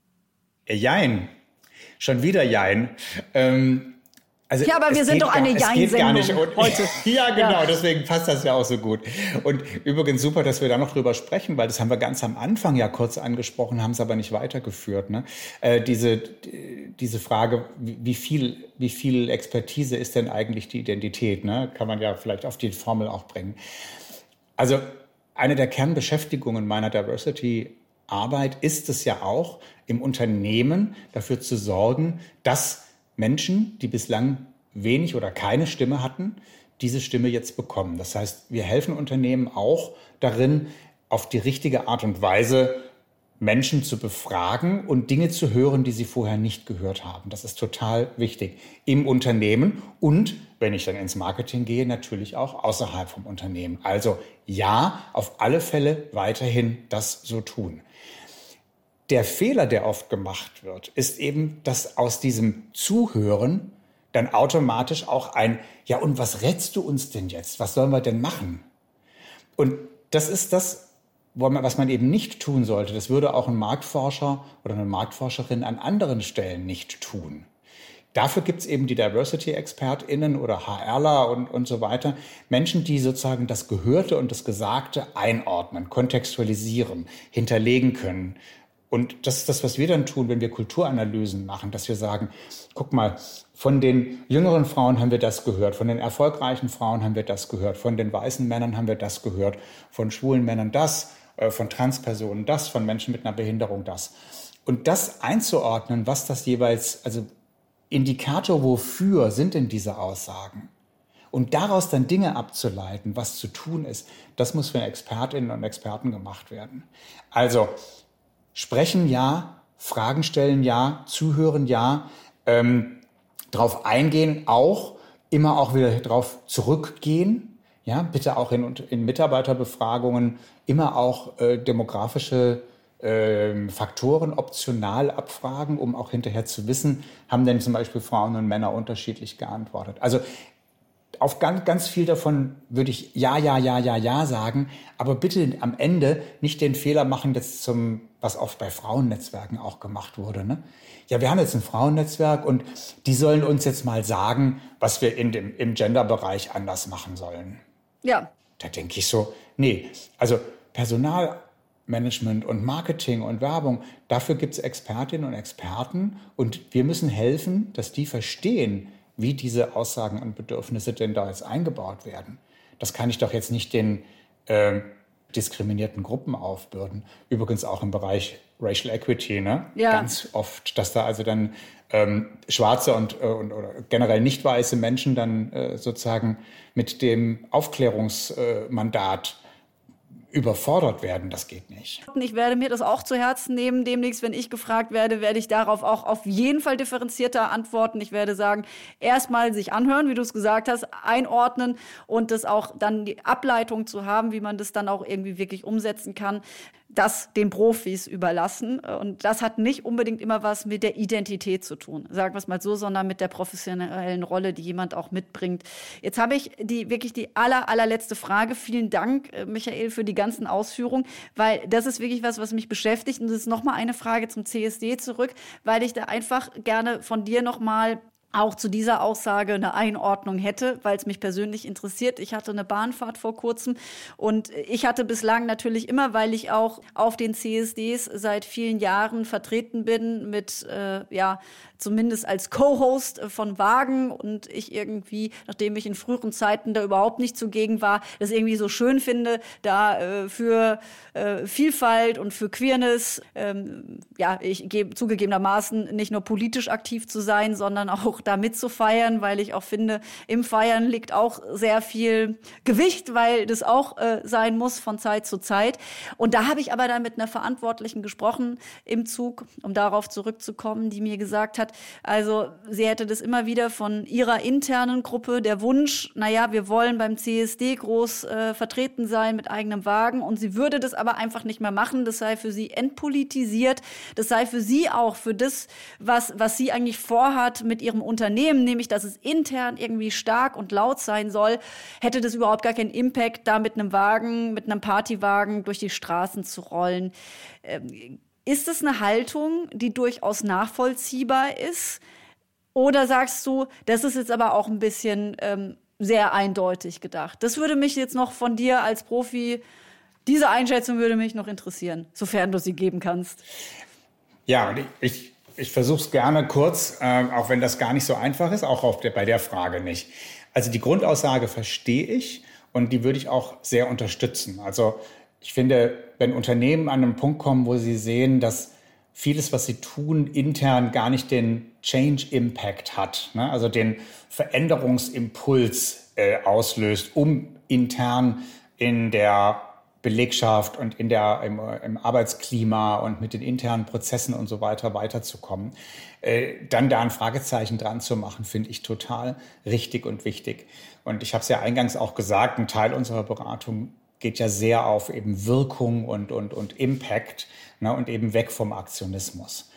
Jein. Schon wieder Jein. Ähm Also ja, aber wir sind doch eine Jein-Sendung heute. Ja, genau, ja. Deswegen passt das ja auch so gut. Und übrigens super, dass wir da noch drüber sprechen, weil das haben wir ganz am Anfang ja kurz angesprochen, haben es aber nicht weitergeführt. Ne? Äh, diese, diese Frage, wie viel, wie viel Expertise ist denn eigentlich die Identität? Ne? Kann man ja vielleicht auf die Formel auch bringen. Also eine der Kernbeschäftigungen meiner Diversity-Arbeit ist es ja auch, im Unternehmen dafür zu sorgen, dass Menschen, die bislang wenig oder keine Stimme hatten, diese Stimme jetzt bekommen. Das heißt, wir helfen Unternehmen auch darin, auf die richtige Art und Weise Menschen zu befragen und Dinge zu hören, die sie vorher nicht gehört haben. Das ist total wichtig im Unternehmen und, wenn ich dann ins Marketing gehe, natürlich auch außerhalb vom Unternehmen. Also ja, auf alle Fälle weiterhin das so tun. Der Fehler, der oft gemacht wird, ist eben, dass aus diesem Zuhören dann automatisch auch ein, ja und was rätst du uns denn jetzt? Was sollen wir denn machen? Und das ist das, was man eben nicht tun sollte. Das würde auch ein Marktforscher oder eine Marktforscherin an anderen Stellen nicht tun. Dafür gibt es eben die Diversity-ExpertInnen oder HRler und, und so weiter. Menschen, die sozusagen das Gehörte und das Gesagte einordnen, kontextualisieren, hinterlegen können. Und das ist das, was wir dann tun, wenn wir Kulturanalysen machen, dass wir sagen, guck mal, von den jüngeren Frauen haben wir das gehört, von den erfolgreichen Frauen haben wir das gehört, von den weißen Männern haben wir das gehört, von schwulen Männern das, äh, von Transpersonen das, von Menschen mit einer Behinderung das. Und das einzuordnen, was das jeweils, also Indikator wofür sind denn diese Aussagen? Und daraus dann Dinge abzuleiten, was zu tun ist, das muss von Expertinnen und Experten gemacht werden. Also sprechen ja, Fragen stellen ja, zuhören ja, ähm, drauf eingehen auch, immer auch wieder drauf zurückgehen. Ja, bitte auch in, in Mitarbeiterbefragungen immer auch äh, demografische äh, Faktoren optional abfragen, um auch hinterher zu wissen, haben denn zum Beispiel Frauen und Männer unterschiedlich geantwortet. Also auf ganz, ganz viel davon würde ich ja, ja, ja, ja, ja sagen, aber bitte am Ende nicht den Fehler machen, das zum, was oft bei Frauennetzwerken auch gemacht wurde. Ne? Ja, wir haben jetzt ein Frauennetzwerk und die sollen uns jetzt mal sagen, was wir in dem, im Gender-Bereich anders machen sollen. Ja. Da denke ich so, nee, also Personalmanagement und Marketing und Werbung, dafür gibt es Expertinnen und Experten und wir müssen helfen, dass die verstehen, wie diese Aussagen und Bedürfnisse denn da jetzt eingebaut werden. Das kann ich doch jetzt nicht den äh, diskriminierten Gruppen aufbürden. Übrigens auch im Bereich Racial Equity, ne? Ja. Ganz oft, dass da also dann ähm, schwarze und, äh, und oder generell nicht weiße Menschen dann äh, sozusagen mit dem Aufklärungsmandat überfordert werden, das geht nicht. Ich werde mir das auch zu Herzen nehmen. Demnächst, wenn ich gefragt werde, werde ich darauf auch auf jeden Fall differenzierter antworten. Ich werde sagen, erstmal sich anhören, wie du es gesagt hast, einordnen und das auch dann die Ableitung zu haben, wie man das dann auch irgendwie wirklich umsetzen kann, das den Profis überlassen. Und das hat nicht unbedingt immer was mit der Identität zu tun, sagen wir es mal so, sondern mit der professionellen Rolle, die jemand auch mitbringt. Jetzt habe ich die wirklich die aller, allerletzte Frage. Vielen Dank, Michael, für die ganzen Ausführungen, weil das ist wirklich was, was mich beschäftigt. Und das ist nochmal eine Frage zum C S D zurück, weil ich da einfach gerne von dir nochmal auch zu dieser Aussage eine Einordnung hätte, weil es mich persönlich interessiert. Ich hatte eine Bahnfahrt vor kurzem und ich hatte bislang natürlich immer, weil ich auch auf den C S Ds seit vielen Jahren vertreten bin mit, äh, ja, zumindest als Co-Host von Wagen und ich irgendwie, nachdem ich in früheren Zeiten da überhaupt nicht zugegen war, das irgendwie so schön finde, da äh, für äh, Vielfalt und für Queerness, ähm, ja, ich gebe zugegebenermaßen nicht nur politisch aktiv zu sein, sondern auch da mitzufeiern, weil ich auch finde, im Feiern liegt auch sehr viel Gewicht, weil das auch äh, sein muss von Zeit zu Zeit. Und da habe ich aber dann mit einer Verantwortlichen gesprochen im Zug, um darauf zurückzukommen, die mir gesagt hat, also sie hätte das immer wieder von ihrer internen Gruppe, der Wunsch, naja, wir wollen beim C S D groß äh, vertreten sein mit eigenem Wagen und sie würde das aber einfach nicht mehr machen, das sei für sie entpolitisiert, das sei für sie auch für das, was, was sie eigentlich vorhat mit ihrem Unternehmen, nämlich, dass es intern irgendwie stark und laut sein soll, hätte das überhaupt gar keinen Impact, da mit einem Wagen, mit einem Partywagen durch die Straßen zu rollen. Ähm, Ist es eine Haltung, die durchaus nachvollziehbar ist? Oder sagst du, das ist jetzt aber auch ein bisschen ähm, sehr eindeutig gedacht? Das würde mich jetzt noch von dir als Profi, diese Einschätzung würde mich noch interessieren, sofern du sie geben kannst. Ja, und ich, ich, ich versuche es gerne kurz, äh, auch wenn das gar nicht so einfach ist, auch auf der, bei der Frage nicht. Also die Grundaussage verstehe ich und die würde ich auch sehr unterstützen. Also ich finde, wenn Unternehmen an einen Punkt kommen, wo sie sehen, dass vieles, was sie tun, intern gar nicht den Change-Impact hat, ne? Also den Veränderungsimpuls äh, auslöst, um intern in der Belegschaft und in der, im, im Arbeitsklima und mit den internen Prozessen und so weiter weiterzukommen. Äh, dann da ein Fragezeichen dran zu machen, finde ich total richtig und wichtig. Und ich habe es ja eingangs auch gesagt, ein Teil unserer Beratung geht ja sehr auf eben Wirkung und, und, und Impact, ne, und eben weg vom Aktionismus.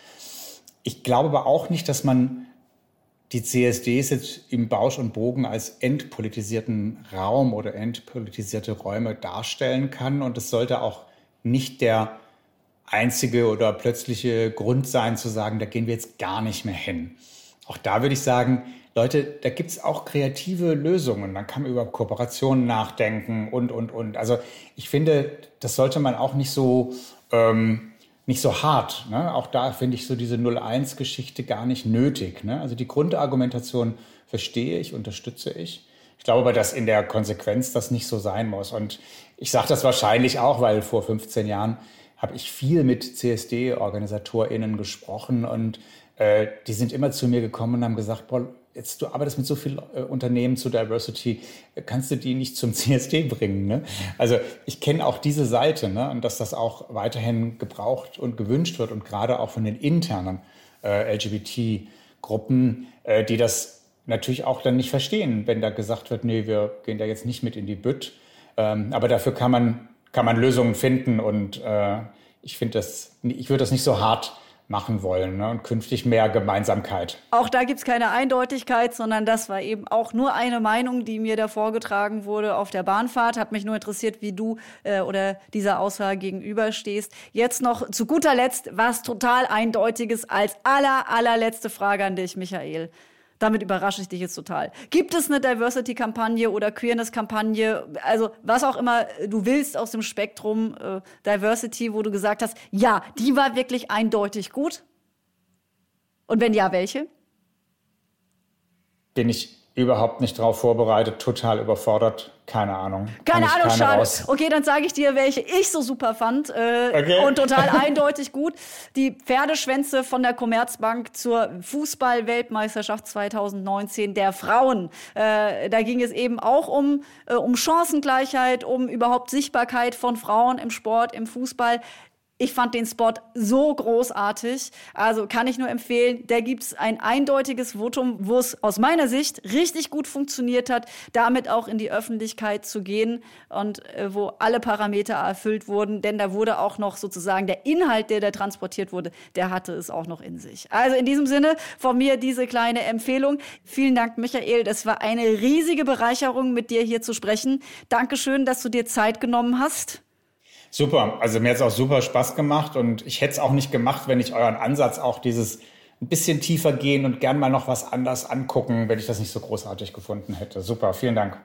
Ich glaube aber auch nicht, dass man die C S Ds jetzt im Bausch und Bogen als entpolitisierten Raum oder entpolitisierte Räume darstellen kann. Und es sollte auch nicht der einzige oder plötzliche Grund sein, zu sagen, da gehen wir jetzt gar nicht mehr hin. Auch da würde ich sagen, Leute, da gibt es auch kreative Lösungen. Man kann über Kooperationen nachdenken und, und, und. Also ich finde, das sollte man auch nicht so... Ähm, nicht so hart. Ne? Auch da finde ich so diese null eins Geschichte gar nicht nötig. Ne? Also die Grundargumentation verstehe ich, unterstütze ich. Ich glaube aber, dass in der Konsequenz das nicht so sein muss. Und ich sage das wahrscheinlich auch, weil vor fünfzehn Jahren habe ich viel mit C S D-OrganisatorInnen gesprochen und äh, die sind immer zu mir gekommen und haben gesagt, boah, jetzt du arbeitest mit so vielen äh, Unternehmen zu Diversity, kannst du die nicht zum C S D bringen? Ne? Also ich kenne auch diese Seite, ne? Und dass das auch weiterhin gebraucht und gewünscht wird und gerade auch von den internen äh, L G B T-Gruppen, äh, die das natürlich auch dann nicht verstehen, wenn da gesagt wird, nee, wir gehen da jetzt nicht mit in die Bütt. Ähm, aber dafür kann man, kann man Lösungen finden und äh, ich finde das, ich würde das nicht so hart machen wollen, ne? Und künftig mehr Gemeinsamkeit. Auch da gibt es keine Eindeutigkeit, sondern das war eben auch nur eine Meinung, die mir da vorgetragen wurde auf der Bahnfahrt. Hat mich nur interessiert, wie du äh, oder dieser Aussage gegenüberstehst. Jetzt noch zu guter Letzt was total Eindeutiges als aller, allerletzte Frage an dich, Michael. Damit überrasche ich dich jetzt total. Gibt es eine Diversity-Kampagne oder Queerness-Kampagne, also was auch immer du willst aus dem Spektrum äh, Diversity, wo du gesagt hast, ja, die war wirklich eindeutig gut? Und wenn ja, welche? Bin ich überhaupt nicht drauf vorbereitet, total überfordert, keine Ahnung. Keine Ahnung, keine schade. Raus. Okay, dann sage ich dir, welche ich so super fand äh, okay. und total eindeutig gut. Die Pferdeschwänze von der Commerzbank zur Fußball-Weltmeisterschaft zwanzig neunzehn der Frauen. Äh, da ging es eben auch um, äh, um Chancengleichheit, um überhaupt Sichtbarkeit von Frauen im Sport, im Fußball. Ich fand den Spot so großartig, also kann ich nur empfehlen, da gibt's ein eindeutiges Votum, wo es aus meiner Sicht richtig gut funktioniert hat, damit auch in die Öffentlichkeit zu gehen und äh, wo alle Parameter erfüllt wurden, denn da wurde auch noch sozusagen der Inhalt, der da transportiert wurde, der hatte es auch noch in sich. Also in diesem Sinne von mir diese kleine Empfehlung. Vielen Dank, Michael, das war eine riesige Bereicherung, mit dir hier zu sprechen. Dankeschön, dass du dir Zeit genommen hast. Super, also mir hat es auch super Spaß gemacht und ich hätte es auch nicht gemacht, wenn ich euren Ansatz auch dieses ein bisschen tiefer gehen und gern mal noch was anders angucken, wenn ich das nicht so großartig gefunden hätte. Super, vielen Dank.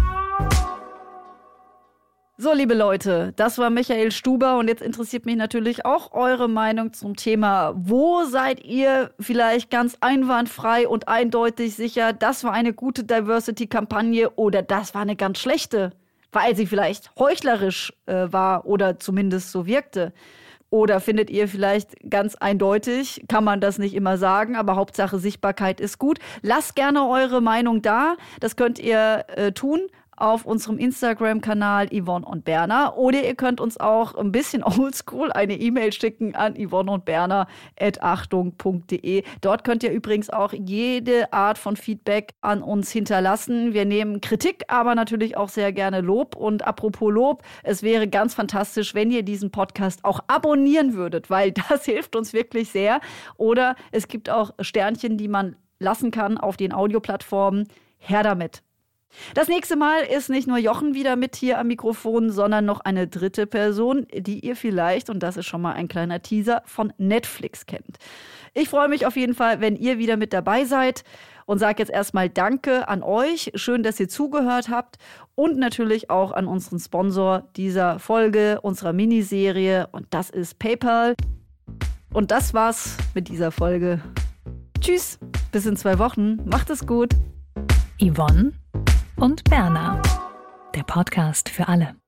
So, liebe Leute, das war Michael Stuber und jetzt interessiert mich natürlich auch eure Meinung zum Thema. Wo seid ihr vielleicht ganz einwandfrei und eindeutig sicher, das war eine gute Diversity-Kampagne oder das war eine ganz schlechte? Weil sie vielleicht heuchlerisch äh, war oder zumindest so wirkte. Oder findet ihr vielleicht ganz eindeutig, kann man das nicht immer sagen, aber Hauptsache Sichtbarkeit ist gut. Lasst gerne eure Meinung da. Das könnt ihr äh, tun auf unserem Instagram-Kanal Yvonne und Berner. Oder ihr könnt uns auch ein bisschen oldschool eine E-Mail schicken an yvonne und berner at achtung punkt de. Dort könnt ihr übrigens auch jede Art von Feedback an uns hinterlassen. Wir nehmen Kritik, aber natürlich auch sehr gerne Lob. Und apropos Lob, es wäre ganz fantastisch, wenn ihr diesen Podcast auch abonnieren würdet, weil das hilft uns wirklich sehr. Oder es gibt auch Sternchen, die man lassen kann auf den Audioplattformen. Her damit. Das nächste Mal ist nicht nur Jochen wieder mit hier am Mikrofon, sondern noch eine dritte Person, die ihr vielleicht, und das ist schon mal ein kleiner Teaser, von Netflix kennt. Ich freue mich auf jeden Fall, wenn ihr wieder mit dabei seid und sage jetzt erstmal Danke an euch. Schön, dass ihr zugehört habt und natürlich auch an unseren Sponsor dieser Folge, unserer Miniserie, und das ist PayPal. Und das war's mit dieser Folge. Tschüss, bis in zwei Wochen. Macht es gut. Yvonne und Berner, der Podcast für alle.